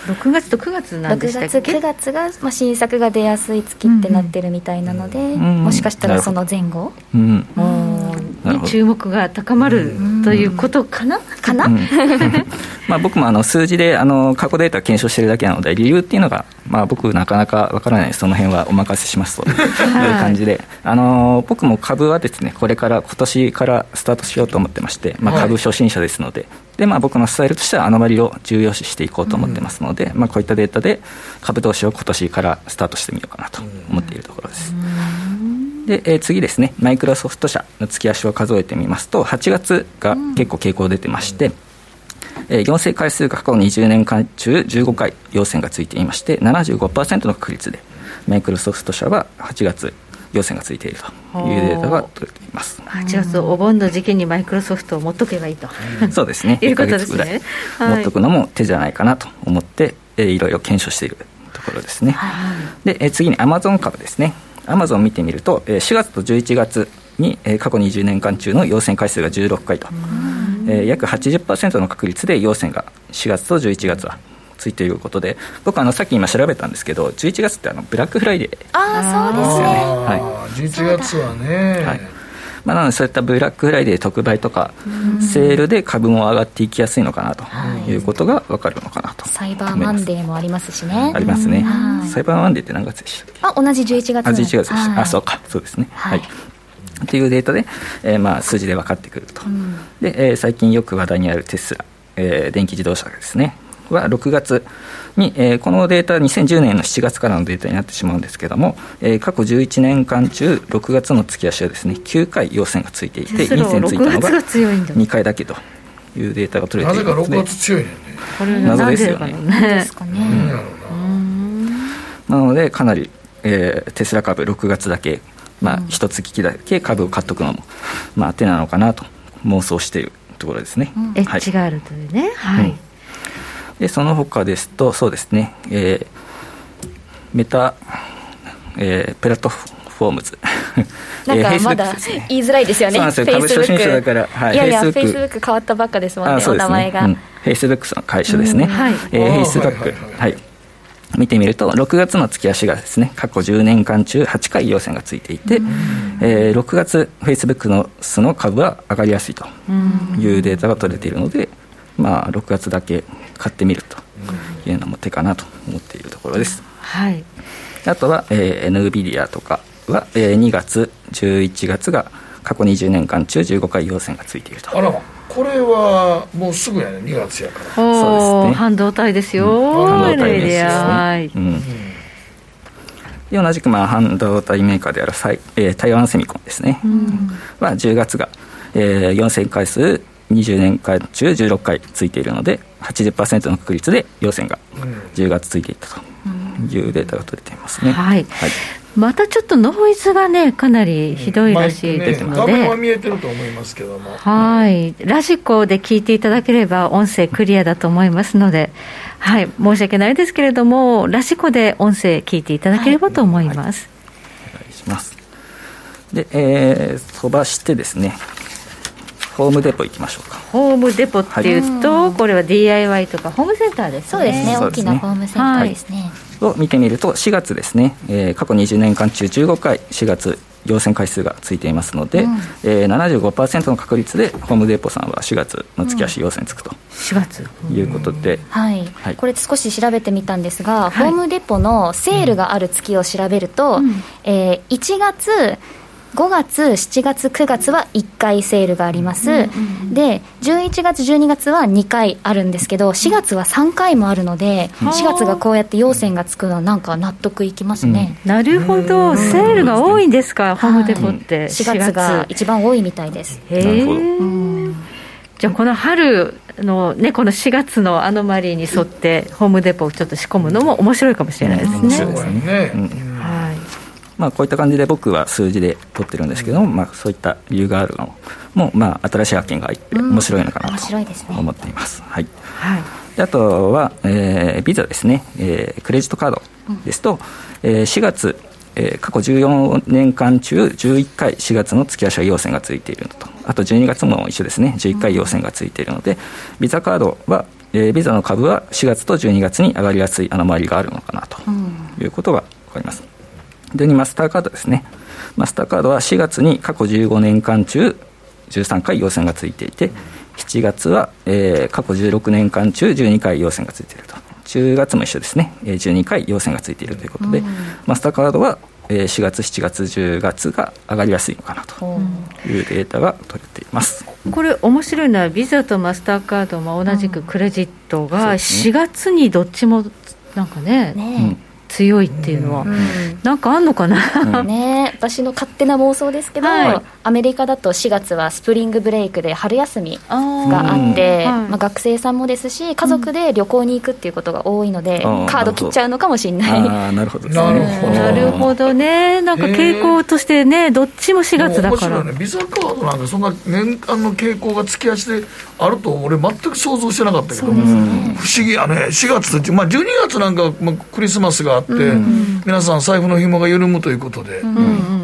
ろくがつとくがつなんでしたっけ。 ろくがつ、くがつが、まあ、新作が出やすい月ってなってるみたいなので、うんうん、もしかしたらその前後、うんうん、 に注目が高まるということかな、かな、うんまあ、僕もあの数字であの過去データを検証しているだけなので、理由っていうのが、まあ、僕なかなかわからないので、その辺はお任せしますという感じで、あの僕も株はですねこれから今年からスタートしようと思ってまして、まあ、株初心者ですので、で、まあ、僕のスタイルとしてはアノマリを重要視していこうと思ってますので、うん、まあ、こういったデータで株投資を今年からスタートしてみようかなと思っているところです。で、えー、次ですね、マイクロソフト社の月足を数えてみますと、はちがつが結構傾向出てまして、うん、えー、陽性回数が過去にじゅうねんかん中じゅうごかい陽線がついていまして、 ななじゅうごパーセント の確率でマイクロソフト社ははちがつ陽線がついているというデータが取れています。 はちがつお盆の時期にマイクロソフトを持っとけばいいとそうですねいうことですね。 いっかげつぐらい持っとくのも手じゃないかなと思って、えー、いろいろ検証しているところですね、はい、で、えー、次にアマゾン株ですね。アマゾンを見てみると、えー、しがつとじゅういちがつに、えー、過去にじゅうねんかん中の陽線回数がじゅうろっかいと、えー、約 はちじゅっパーセント の確率で陽線がしがつとじゅういちがつはついていることで、僕あのさっき今調べたんですけど、じゅういちがつってあのブラックフライデー、 ああそうですね、 はい、じゅういちがつはね、はい、 まあ、なのでそういったブラックフライデー特売とかセールで株も上がっていきやすいのかなということが分かるのかなと、 サイバーマンデーもありますしね。 ありますね、サイバーマンデーって何月でしたっけ。 あ、同じじゅういちがつ。 あ、じゅういちがつでした、はい、あ、そうか、そうですね、はい、はい、っていうデータで、えー、まあ数字で分かってくると、うん、で、えー、最近よく話題にあるテスラ、えー、電気自動車ですねはろくがつに、えー、このデータにせんじゅうねんのしちがつからのデータになってしまうんですけども、えー、過去じゅういちねんかん中ろくがつの月足はですねきゅうかい陽線がついていて、陰線ついたのがにかいだけというデータが取れているので、 なぜかろくがつ強いねんね。 これ謎ですよね。なのでかなり、えー、テスラ株ろくがつだけ、まあ、一月期だけ株を買っとくのも、まあ、手なのかなと妄想しているところですね、 うん、エッジがあるというね、はい、うん、 でその他ですとそうですね、えー、メタ、えー、プラットフォームズなんかまだ言いづらいですよね。 そうなんですよ、株初心者だから、 はい、いやいやフェイスブック変わったばっかですもん ね, ねお名前が、うん、 フェイスブックの会社ですね、うん、はい、えー、フェイスブック、はい、見てみるとろくがつの月足がですね過去じゅうねんかん中はちかい陽線がついていて、えー、ろくがつフェイスブックのその株は上がりやすいというデータが取れているので、まあ、ろくがつだけ買ってみるというのも手かなと思っているところです、 はい、 あとは、えー、エヌビディアとかは、えー、にがつじゅういちがつが過去にじゅうねんかん中じゅうごかい陽線がついていると。 あら、これはもうすぐやね、にがつやから。 そうですね、半導体ですよ、うん、半導体ですよ、はい、うん、 で同じくまあ半導体メーカーである、えー、台湾セミコンですね、うん、はじゅうがつが、えー、陽線回数にじゅうねんかん中じゅうろっかいついているので はちじゅっパーセント の確率で陽線がじゅうがつついていったというデータが取れていますね、うん、 はい、はい、またちょっとノイズがねかなりひどいらしいですので、 画面は見えてると思いますけども、 はい、ラジコで聞いていただければ音声クリアだと思いますので、はい、申し訳ないですけれどもラジコで音声聞いていただければと思います、はいはい、 お願いします。で、えー、飛ばしてですねホームデポ行きましょうか。 ホームデポっていうと、はい、これは ディーアイワイ とかホームセンターですね。 そうですね、大きなホームセンターですね、 はい、を見てみるとしがつですね、えー、過去にじゅうねんかん中じゅうごかいしがつ陽線回数がついていますので、うん、えー、ななじゅうごパーセント の確率でホームデポさんはしがつの月足陽線つくと、うん、 しがついうことで、 はいはい、これ少し調べてみたんですが、はい、ホームデポのセールがある月を調べると、うん、えー、いちがつごがつ、しちがつ、くがつはいっかいセールがあります、うんうんうん、でじゅういちがつ、じゅうにがつはにかいあるんですけどしがつはさんかいもあるので、うん、しがつがこうやって陽線がつくのはなんか納得いきますね、 うん、なるほど、セールが多いんですか、ホームデポって、はい、 しがつが一番多いみたいです。 へー、うん、じゃあこの春の、ね、このしがつのアノマリーに沿ってホームデポをちょっと仕込むのも面白いかもしれないですね、うん、そうですね、うん、はい、 まあ、こういった感じで僕は数字で取ってるんですけども、まあ、そういった理由があるのも、まあ、新しい発見が入って面白いのかなと思っています、うん、はい、はい、であとは、えー、ビザですね、えー、クレジットカードですと、うん、えー、しがつ、えー、過去じゅうよねんかん中じゅういっかいしがつの月足は陽線がついているのと、あとじゅうにがつも一緒ですね、じゅういっかい陽線がついているので、うん、ビザカードは、えー、ビザの株はしがつとじゅうにがつに上がりやすい穴回りがあるのかなということが分かります。でにマスターカードですね。マスターカードはしがつに過去じゅうごねんかん中じゅうさんかい陽線がついていて、しちがつは、えー、過去じゅうろくねんかん中じゅうにかい陽線がついていると、じゅうがつも一緒ですね、じゅうにかい陽線がついているということで、うん、マスターカードは、えー、しがつ、しちがつ、じゅうがつが上がりやすいのかなというデータが取れています、 うん、これ面白いのはビザとマスターカードも同じくクレジットがしがつにどっちもなんかね、ね、うん、 強いっていうのは、うん、なんかあんのかな、 うん、ね、私の勝手な妄想ですけど、はい、アメリカだとしがつはスプリングブレイクで春休みがあって、あ、はい、まあ、学生さんもですし家族で旅行に行くっていうことが多いので、うん、カード切っちゃうのかもしれない。 あ、なるほど、 なるほど、なるほどね。なんか傾向としてね、どっちもしがつだから。 面白いね。ビザカードなんかそんな年間の傾向が月足であると俺全く想像してなかったけど、ね、不思議やね。しがつ、まあ、じゅうにがつなんか、まあ、クリスマスがあって、うん、皆さん財布の紐が緩むということで、うん、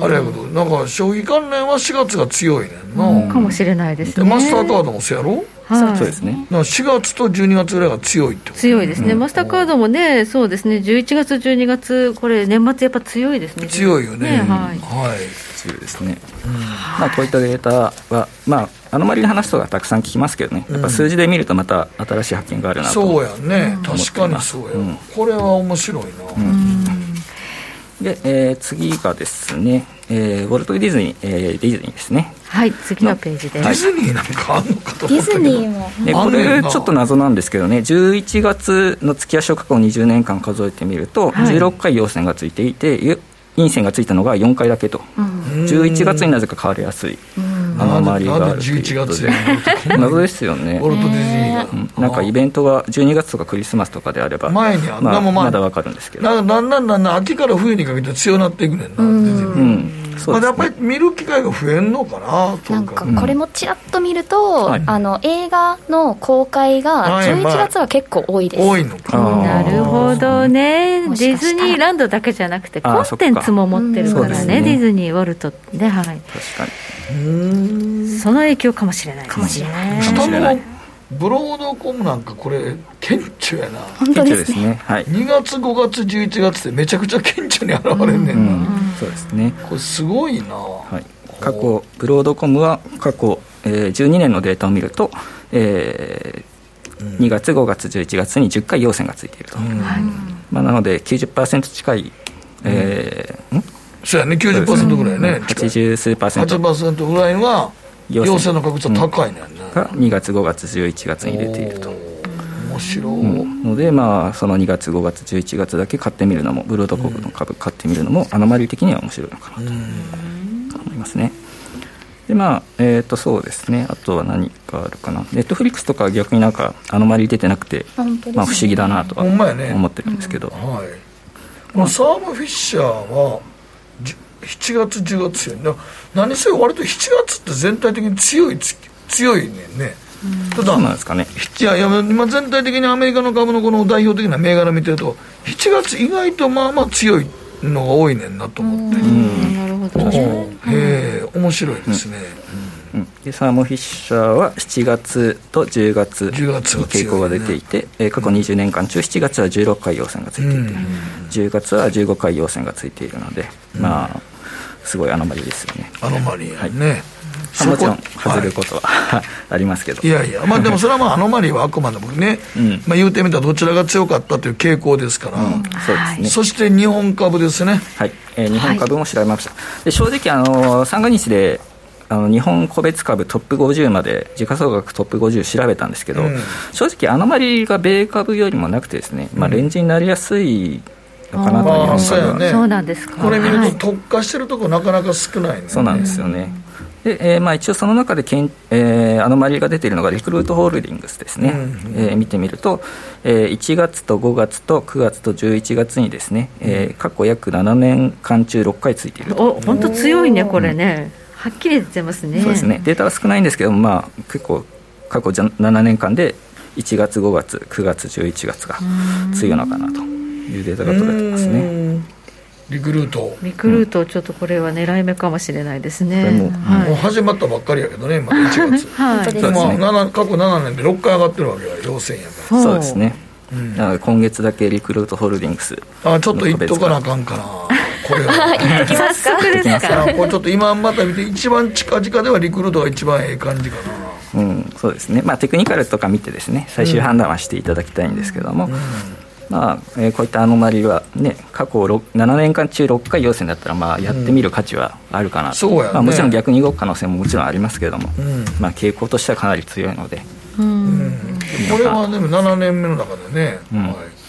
あれやけどなんか消費関連はしがつが強いねんな、 うん、かもしれないですね。 でマスターカードもそうやろ、 はい、 そうですね。 しがつとじゅうにがつぐらいが強いってこと、 強いですね、うん、マスターカードもね、そうですね、じゅういちがつじゅうにがつこれ年末やっぱ強いですね。 強いよね、 ね、はい、 はい、 強いですね、うん、まあ、こういったデータは、まあ、アノマリの話とかたくさん聞きますけどね、やっぱ数字で見るとまた新しい発見があるなと、 そうやね、確かにそうや、うん、これは面白いな、うん、 で、えー、次がですね、えー、ウォルト・ディズニー、えー、ディズニーですね。 はい、次のページです。 ディズニーなんかあんのかと思ったけど、 ディズニーも、 ね、これちょっと謎なんですけどね、じゅういちがつの月足を過去にじゅうねんかん数えてみると、はい、じゅうろっかい陽線がついていて、陰線がついたのがよんかいだけと、うん、じゅういちがつになぜか変わりやすいアノマリがあるということで、謎ですよね。 ウォルト・ディズニーが、 うん、なんかイベントがじゅうにがつとかクリスマスとかであれば前にあんな、 まあ、 も、まあ、 まだわかるんですけど、 だんだんだんだん秋から冬にかけて強くなっていくねんな、 うんディズニー、 うんまあ、やっぱり見る機会が増えんのかな。 なんかこれもちらっと見ると、うん、あの映画の公開がじゅういちがつは結構多いです、 多いのかなるほどね。ディズニーランドだけじゃなくてコンテンツも持ってるからね、ね、ディズニーウォルトね、はい、確かにその影響かもしれないかもしれない。 下のブロードコムなんかこれ顕著やな。 本当ですね、 はい、 にがつごがつじゅういちがつってめちゃくちゃ顕著に現れんねんな、うんうん、 そうですね。 これすごいな、 はい、過去ブロードコムは過去、えー、じゅうにねんのデータを見ると、えーうん、にがつごがつじゅういちがつにじゅっかい陽線がついていると、うんまあ、なので きゅうじゅっパーセント 近い、えーうん、 そうやね、きゅうじゅっパーセント ぐらいね、 はちじゅうすうパーセント、 はちじゅっパーセントぐらいが陽性の確率は高いねんね、 うん、がにがつごがつじゅういちがつに出ていると。 面白い、 うん、ので、まあ、そのにがつごがつじゅういちがつだけ買ってみるのもブロードコムの株買ってみるのも、うん、アノマリ的には面白いのかなと思いますね。で、まあえー、とそうですね、あとは何かあるかな。ネットフリックスとかは逆になんかアノマリ出てなくて、ね、まあ、不思議だなとは思ってるんですけど、 うんはい、このサーモフィッシャーはしちがつじゅうがつよね。何せ割としちがつって全体的に強い強いねんね。 ただそうなんですかね。 いやいや、今全体的にアメリカの株のこの代表的な銘柄見てるとしちがつ意外とまあまあ強いのが多いねんなと思って。 うんなるほどね。 へえ、面白いですね、 うんうん、でサーモフィッシャーはしちがつとじゅうがつに傾向が出ていて、ね、過去にじゅうねんかん中しちがつはじゅうろっかい陽線がついていて、うん、じゅうがつはじゅうごかい陽線がついているので、うん、まあすごいアノマリですよね。 アノマリやね、はいもちろん外れることは、はい、ありますけど、 いやいや、まあ、でもそれはまあアノマリはあくまでもね、うんまあ、言うてみたらどちらが強かったという傾向ですから、うん、 そうですね。 そして日本株ですね、 はいえー、日本株も調べました、はい、で正直あの三が日であの日本個別株トップごじゅうまで時価総額トップごじゅう調べたんですけど、うん、正直アノマリが米株よりもなくてですね、まあ、レンジになりやすいのかなと思います。 そうなんですか。 これ見ると特化してるとこなかなか少ないね。 そうなんですよね。でえーまあ、一応その中でけん、えー、アノマリが出ているのがリクルートホールディングスですね、うんうんえー、見てみると、えー、いちがつとごがつとくがつとじゅういちがつにですね、えー、過去約ななねんかん中ろっかいついていると。 お本当強いねこれね、うん、はっきり出てますね。 そうですね。データは少ないんですけど、まあ、結構過去ななねんかんでいちがつごがつくがつじゅういちがつが強いのかなというデータが取れてますね。 リクルートリクルートちょっとこれは狙い目かもしれないですね。 もう、はい、もう始まったばっかりやけどね、まだいちがつ、はいでまあ、なな過去ななねんでろっかい上がってるわけや、陽線やから。 そうですね、うん、なので今月だけリクルートホールディングスあちょっと言っとかなあかんかなこれは言っときますかですかこれちょっと今また見て一番近々ではリクルートが一番ええ感じかな。うん、そうですね、まあ、テクニカルとか見てですね最終判断はしていただきたいんですけども、うんうんまあえー、こういったアノマリは、ね、過去ななねんかん中ろっかい陽線だったら、まあ、やってみる価値はあるかなと、 うんねまあ、 もちろん逆に動く可能性ももちろんありますけれども、うんまあ、傾向としてはかなり強いので、 うんうん、これはでもななねんめの中でね、 うんはい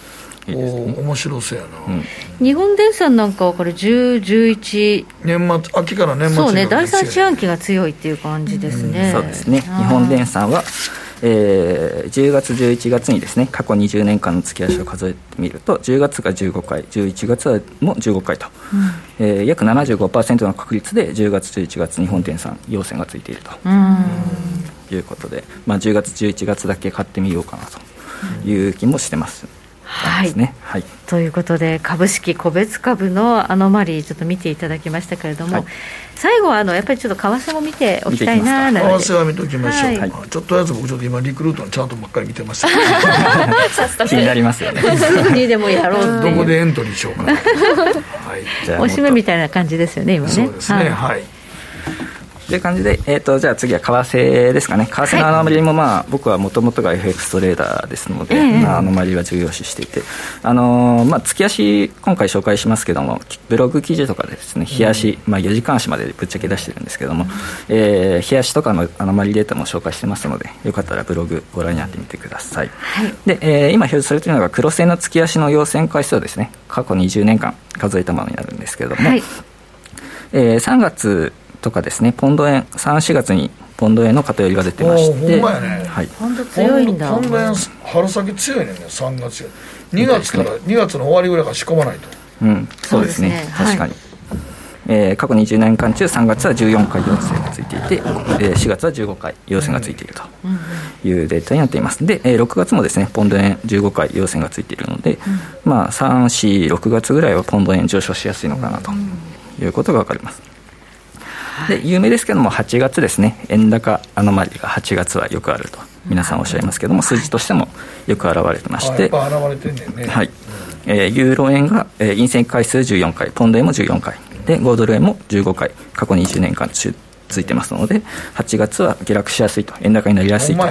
いいですね。 面白そうやな、 うん、日本電産なんかはこれじゅう、じゅういち年末秋から年末そうね第三四半期が強いっていう感じですね、 うん、そうですね。日本電産はえー、じゅうがつじゅういちがつにですね過去にじゅうねんかんの月足を数えてみるとじゅうがつがじゅうごかいじゅういちがつもじゅうごかいと、うんえー、約 ななじゅうごパーセント の確率でじゅうがつじゅういちがつ日本電産陽線がついているとうんいうことで、まあ、じゅうがつじゅういちがつだけ買ってみようかなという気もしてます、うんはいねはい、 ということで株式個別株のアノマリーちょっと見ていただきましたけれども、はい、最後はあのやっぱりちょっと為替も見ておきたいな。 為替は見ておきましょう、 はい、 ちょっとやつ僕ちょっと今リクルートのチャートばっかり見てました気になりますよねすぐにでもやろうっていうどこでエントリーしようかな、はい、 じゃあおしめみたいな感じですよね今ね。 そうですねはい、はいという感じで、えー、とじゃあ次は為替ですかね。為替のアノマリも、まあ、僕はもともとが エフエックス トレーダーですので、えーまあ、アノマリは重要視していて、あのーまあ、月足今回紹介しますけどもブログ記事とかでですね日足、まあ、よじかん足までぶっちゃけ出してるんですけども、えー、日足とかのアノマリデータも紹介してますのでよかったらブログご覧になってみてください、はい、で、えー、今表示されているのが黒線の月足の陽線回数をですね過去にじゅうねんかん数えたものになるんですけれども、はいえー、さんがつとかですねポンド円さん、しがつにポンド円の偏りが出てまして、 ほんまやね、 はい、ポンド強いんだ。 ポンド円春先強いねんね。さんがつにがつからにがつの終わりぐらいから仕込まないと。 うんそうですね、そうですね確かに、はいえー、過去にじゅうねんかん中さんがつはじゅうよんかい陽線がついていて、えー、しがつはじゅうごかい陽線がついているというデータになっています。で、えー、ろくがつもですねポンド円じゅうごかい陽線がついているので、うんまあ、さん、し、ろくがつぐらいはポンド円上昇しやすいのかなということが分かります。で有名ですけどもはちがつですね円高アノマリがはちがつはよくあると皆さんおっしゃいますけども数字としてもよく現れてまして、 やっぱ現れてんねんね、 はいえー、ユーロ円が、えー、陰線回数じゅうよんかいポンド円もじゅうよんかいでごドル円もじゅうごかい過去にじゅうねんかん中ついてますのではちがつは下落しやすいと円高になりやすいと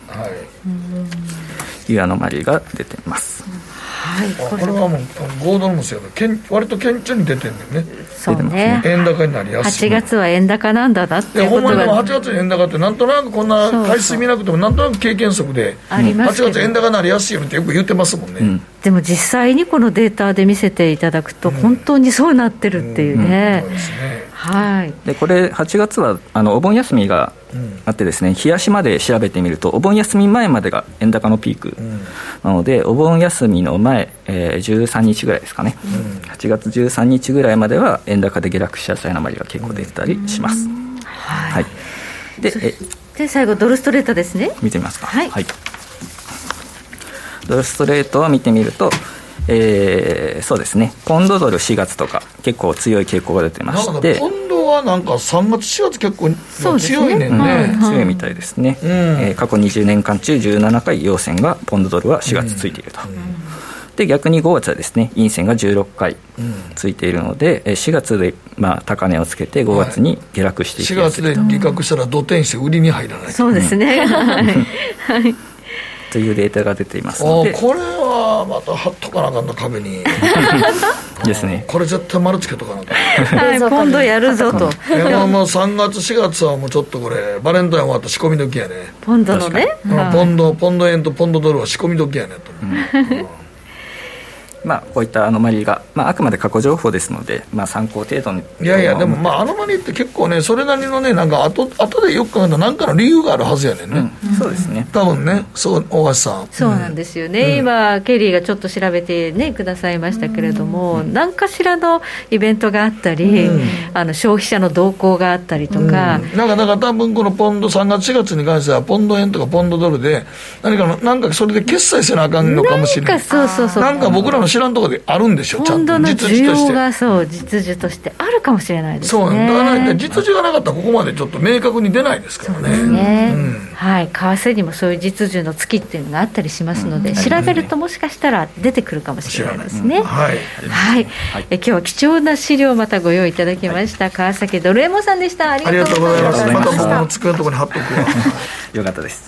いうアノマリが出ています。 はい、これはもうごドルもそうやけど割と顕著に出てるんだよね。 そうね円高になりやすい。 はちがつは円高なんだなっていうことがほんまにでもはちがつに円高ってなんとなくこんな回数見なくてもなんとなく経験則ではちがつ円高になりやすいよってよく言ってますもんね、うん、 でも実際にこのデータで見せていただくと本当にそうなってるっていうね、 うんうん、そうですね。 はい、 でこれはちがつはあのお盆休みがあってですね日足まで調べてみるとお盆休み前までが円高のピークなので、うん、お盆休みの前、えー、じゅうさんにちぐらいですかね、うん、はちがつじゅうさんにちぐらいまでは円高で下落しやすい余りが結構出てたりします、うんはいはい、でえで最後ドルストレートですね。 見てみますか、 はいはい、ドルストレートを見てみるとえー、そうですねポンドドルしがつとか結構強い傾向が出てまして、 ポンドはなんかさんがつしがつ結構強いねんね、 うんはいはい、強いみたいですね、うんえー、過去にじゅうねんかん中じゅうななかい陽線がポンドドルはしがつついていると、うんうん、で逆にごがつはですね陰線がじゅうろっかいついているので、うん、しがつでまあ高値をつけてごがつに下落していきやすいと、 はい、しがつで利確したら土転して売りに入らないと。 そうですね、うん、はいというデータが出ていますので、 これはまた貼っとかなあかんな壁にですね。 これ絶対丸つけとかなあかんはい、ポンドやるぞと。 いやもうさんがつしがつはもうちょっとこれバレンタイン終わった仕込み時やね。 ポンドのね、 ポンドポンド円とポンドドルは仕込み時やねと思う、うんまあ、こういったアノマリが、まあ、あくまで過去情報ですので、まあ、参考程度に。 いやいやでも、まあ、アノマリって結構ねそれなりのねなんか後後でよく考えたら何かの理由があるはずやねんね、 うん、そうですね多分ねそう大橋さんそうなんですよね、うん、今ケリーがちょっと調べて、ね、くださいましたけれども、うん、何かしらのイベントがあったり、うん、あの消費者の動向があったりとか、うん、なんかだから多分このポンドさんがつしがつに関してはポンド円とかポンドドルで何かのなんかそれで決済せなあかんのかもしれない。 なんかそうそうそうなんか僕らの知らんところであるんでしょ。 ポンドの需要がそう実需としてあるかもしれないですね。 そうだから実需がなかったらここまでちょっと明確に出ないですからね。 そうですね、うん、はい、為替にもそういう実需の月っていうのがあったりしますので、うん、調べるともしかしたら出てくるかもしれないですね、うん、 はい、 はいはい、え今日は貴重な資料をまたご用意いただきました、はい、川崎ドルエモさんでした。ありがとうございます。 また僕の机のところに貼っとくわよかったです。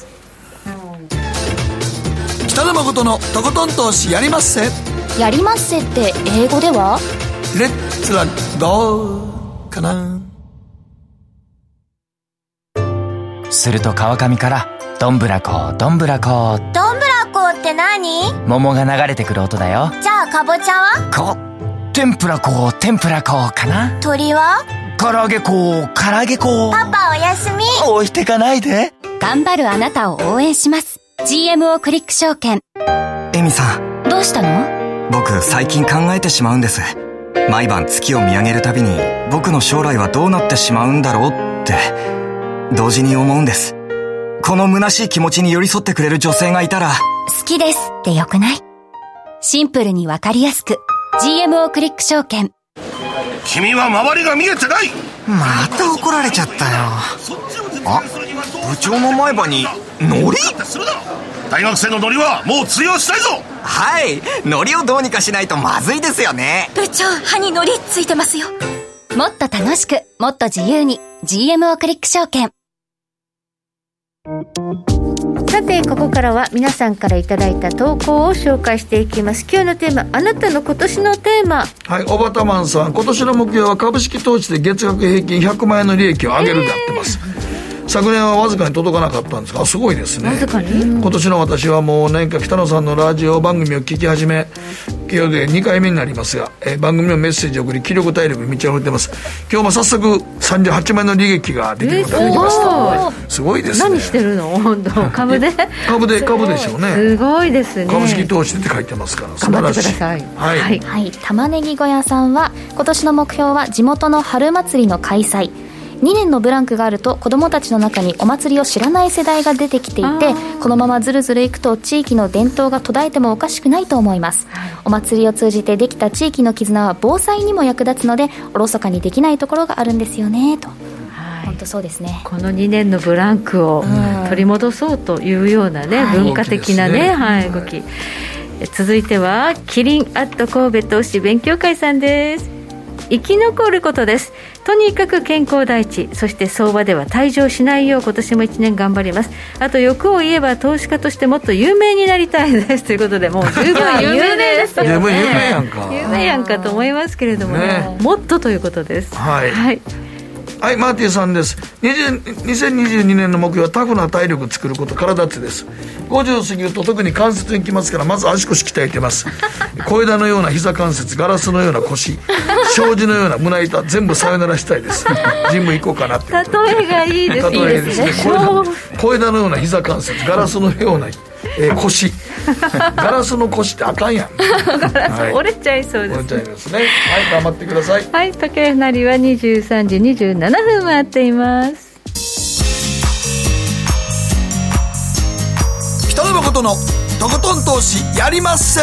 北野誠のとことん投資やりまっせ。 やりまっせって英語ではレッツラゴーかな。 すると川上からどんぶらこどんぶらこどんぶらこってって何？ 桃が流れてくる音だよ。 じゃあかぼちゃは？ こ天ぷら粉天ぷら粉かな。 鳥は？ 唐揚げ粉唐揚げ粉。 パパおやすみ。 置いてかないで。 頑張るあなたを応援します。 ジーエムオー クリック証券。 エミさん、 どうしたの？ 僕最近考えてしまうんです。毎晩月を見上げるたびに僕の将来はどうなってしまうんだろうって同時に思うんです。この虚しい気持ちに寄り添ってくれる女性がいたら。 好きですってよくない？シンプルにわかりやすく ジーエムオー クリック証券。 君は周りが見えてない。 また怒られちゃったよ。あ、部長の前歯にノリ？ 大学生のノリはもう通用したいぞ。 はい、ノリをどうにかしないとまずいですよね。 部長、歯にノリついてますよ。もっと楽しく、もっと自由に ジーエムオー クリック証券。 さてここからは皆さんからいただいた投稿を紹介していきます。今日のテーマ、あなたの今年のテーマ。 はい、おばたまんさん、今年の目標は株式投資で月額平均ひゃくまん円の利益を上げるでやってます、えー、昨年はわずかに届かなかったんですが、すごいですね。 わずかに。 今年の私はもう年間北野さんのラジオ番組を聞き始め、今日でにかいめになりますが、えー、番組のメッセージを送り気力体力に満ち溢れてます。今日も早速さんじゅうはちまん円の利益が出てることができました、えー、すごいですね。 何してるの本当株で株で株でしょうね。 すごいですね。 株式投資って書いてますから素晴らしい。 頑張ってください。はい、はいはい、玉ねぎ小屋さんは今年の目標は地元の春祭りの開催。にねんのブランクがあると子どもたちの中にお祭りを知らない世代が出てきていて、このままずるずるいくと地域の伝統が途絶えてもおかしくないと思います、はい、お祭りを通じてできた地域の絆は防災にも役立つのでおろそかにできないところがあるんですよねと。本当そうですね。 このにねんのブランクを取り戻そうというようなね、はい、文化的なね、はい、動き。続いてはキリンアット神戸投資勉強会さんです。生き残ることです。とにかく健康第一、そして相場では退場しないよう今年もいちねん頑張ります。あと欲を言えば投資家としてもっと有名になりたいですということで、もう十分有名ですよね。 有名やんか有名やんかと思いますけれども、ね、もっとということです。 はい、 はいはい、マーティさんです。にせんにじゅうにねんの目標はタフな体力作ること、体つです。ごじゅう過ぎると特に関節にきますから、まず足腰鍛えてます。小枝のような膝関節、ガラスのような腰、障子のような胸板、全部さよならしたいです。ジム行こうかなって例えがいいですね。 例えですね。小枝、小枝のような膝関節、ガラスのような、えー、腰、ガラスの腰ってあかんやん。 はい、折れちゃいそうです、ね、 折れちゃいますね。はい、頑張ってください。 はい、時計なりはにじゅうさんじにじゅうななふん回っています。 北野誠のとことん投資やりまっせ。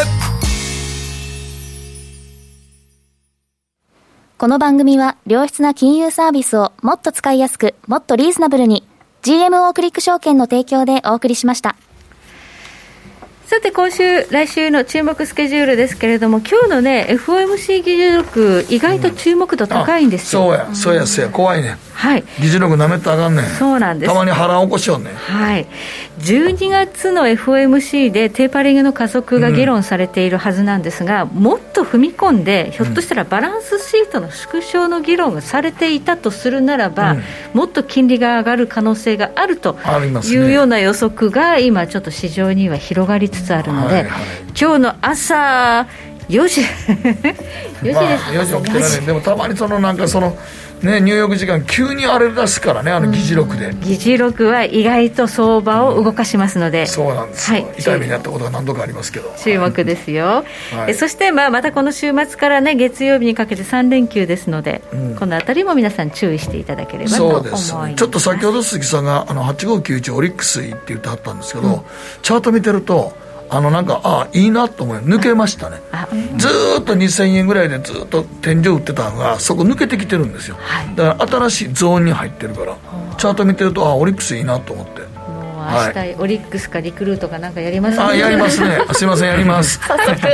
この番組は良質な金融サービスをもっと使いやすく、もっとリーズナブルに ジーエムオー クリック証券の提供でお送りしました。 さて今週来週の注目スケジュールですけれども、今日のね エフオーエムシー 議事録意外と注目度高いんですよ、 うん、そうやそうやそうや怖いね、 はい、 議事録なめたらあかんねん。 そうなんです。 たまに波乱起こしようね。 はい、じゅうにがつの エフオーエムシー でテーパリングの加速が議論されているはずなんですが、うん、もっと踏み込んでひょっとしたらバランスシートの縮小の議論がされていたとするならば、うん、もっと金利が上がる可能性があるというような予測が今ちょっと市場には広がりつつあるので、はいはい、今日の朝よじよじです、 まあ、よじ起きてられん。でもたまにそのなんかそのね、ニューヨーク時間急に荒れ出すからね、あの議事録で、うん、 議事録は意外と相場を動かしますので、うん、 そうなんですよ、はい、痛い目にあったことが何度かありますけど注目ですよ、はい、えそして、まあ、またこの週末からね月曜日にかけてさん連休ですので、うん、このあたりも皆さん注意していただければと思います。 そうです、ちょっと先ほど鈴木さんがあのはちごきゅういちオリックスいいって言ってはったんですけど、うん、チャート見てるとあのなんかああいいなと思い抜けましたね、はい、ずーっとにせんえんぐらいでずっと天井打ってたのがそこ抜けてきてるんですよ、はい、だから新しいゾーンに入ってるから、チャート見てるとあオリックスいいなと思って、もう明日、はい、オリックスかリクルートかなんかやりますね。 あやりますねすいませんやります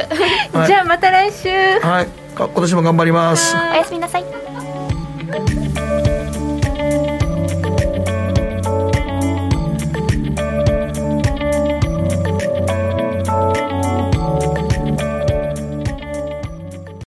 はい、じゃあまた来週、 はい、今年も頑張ります。 おやすみなさい。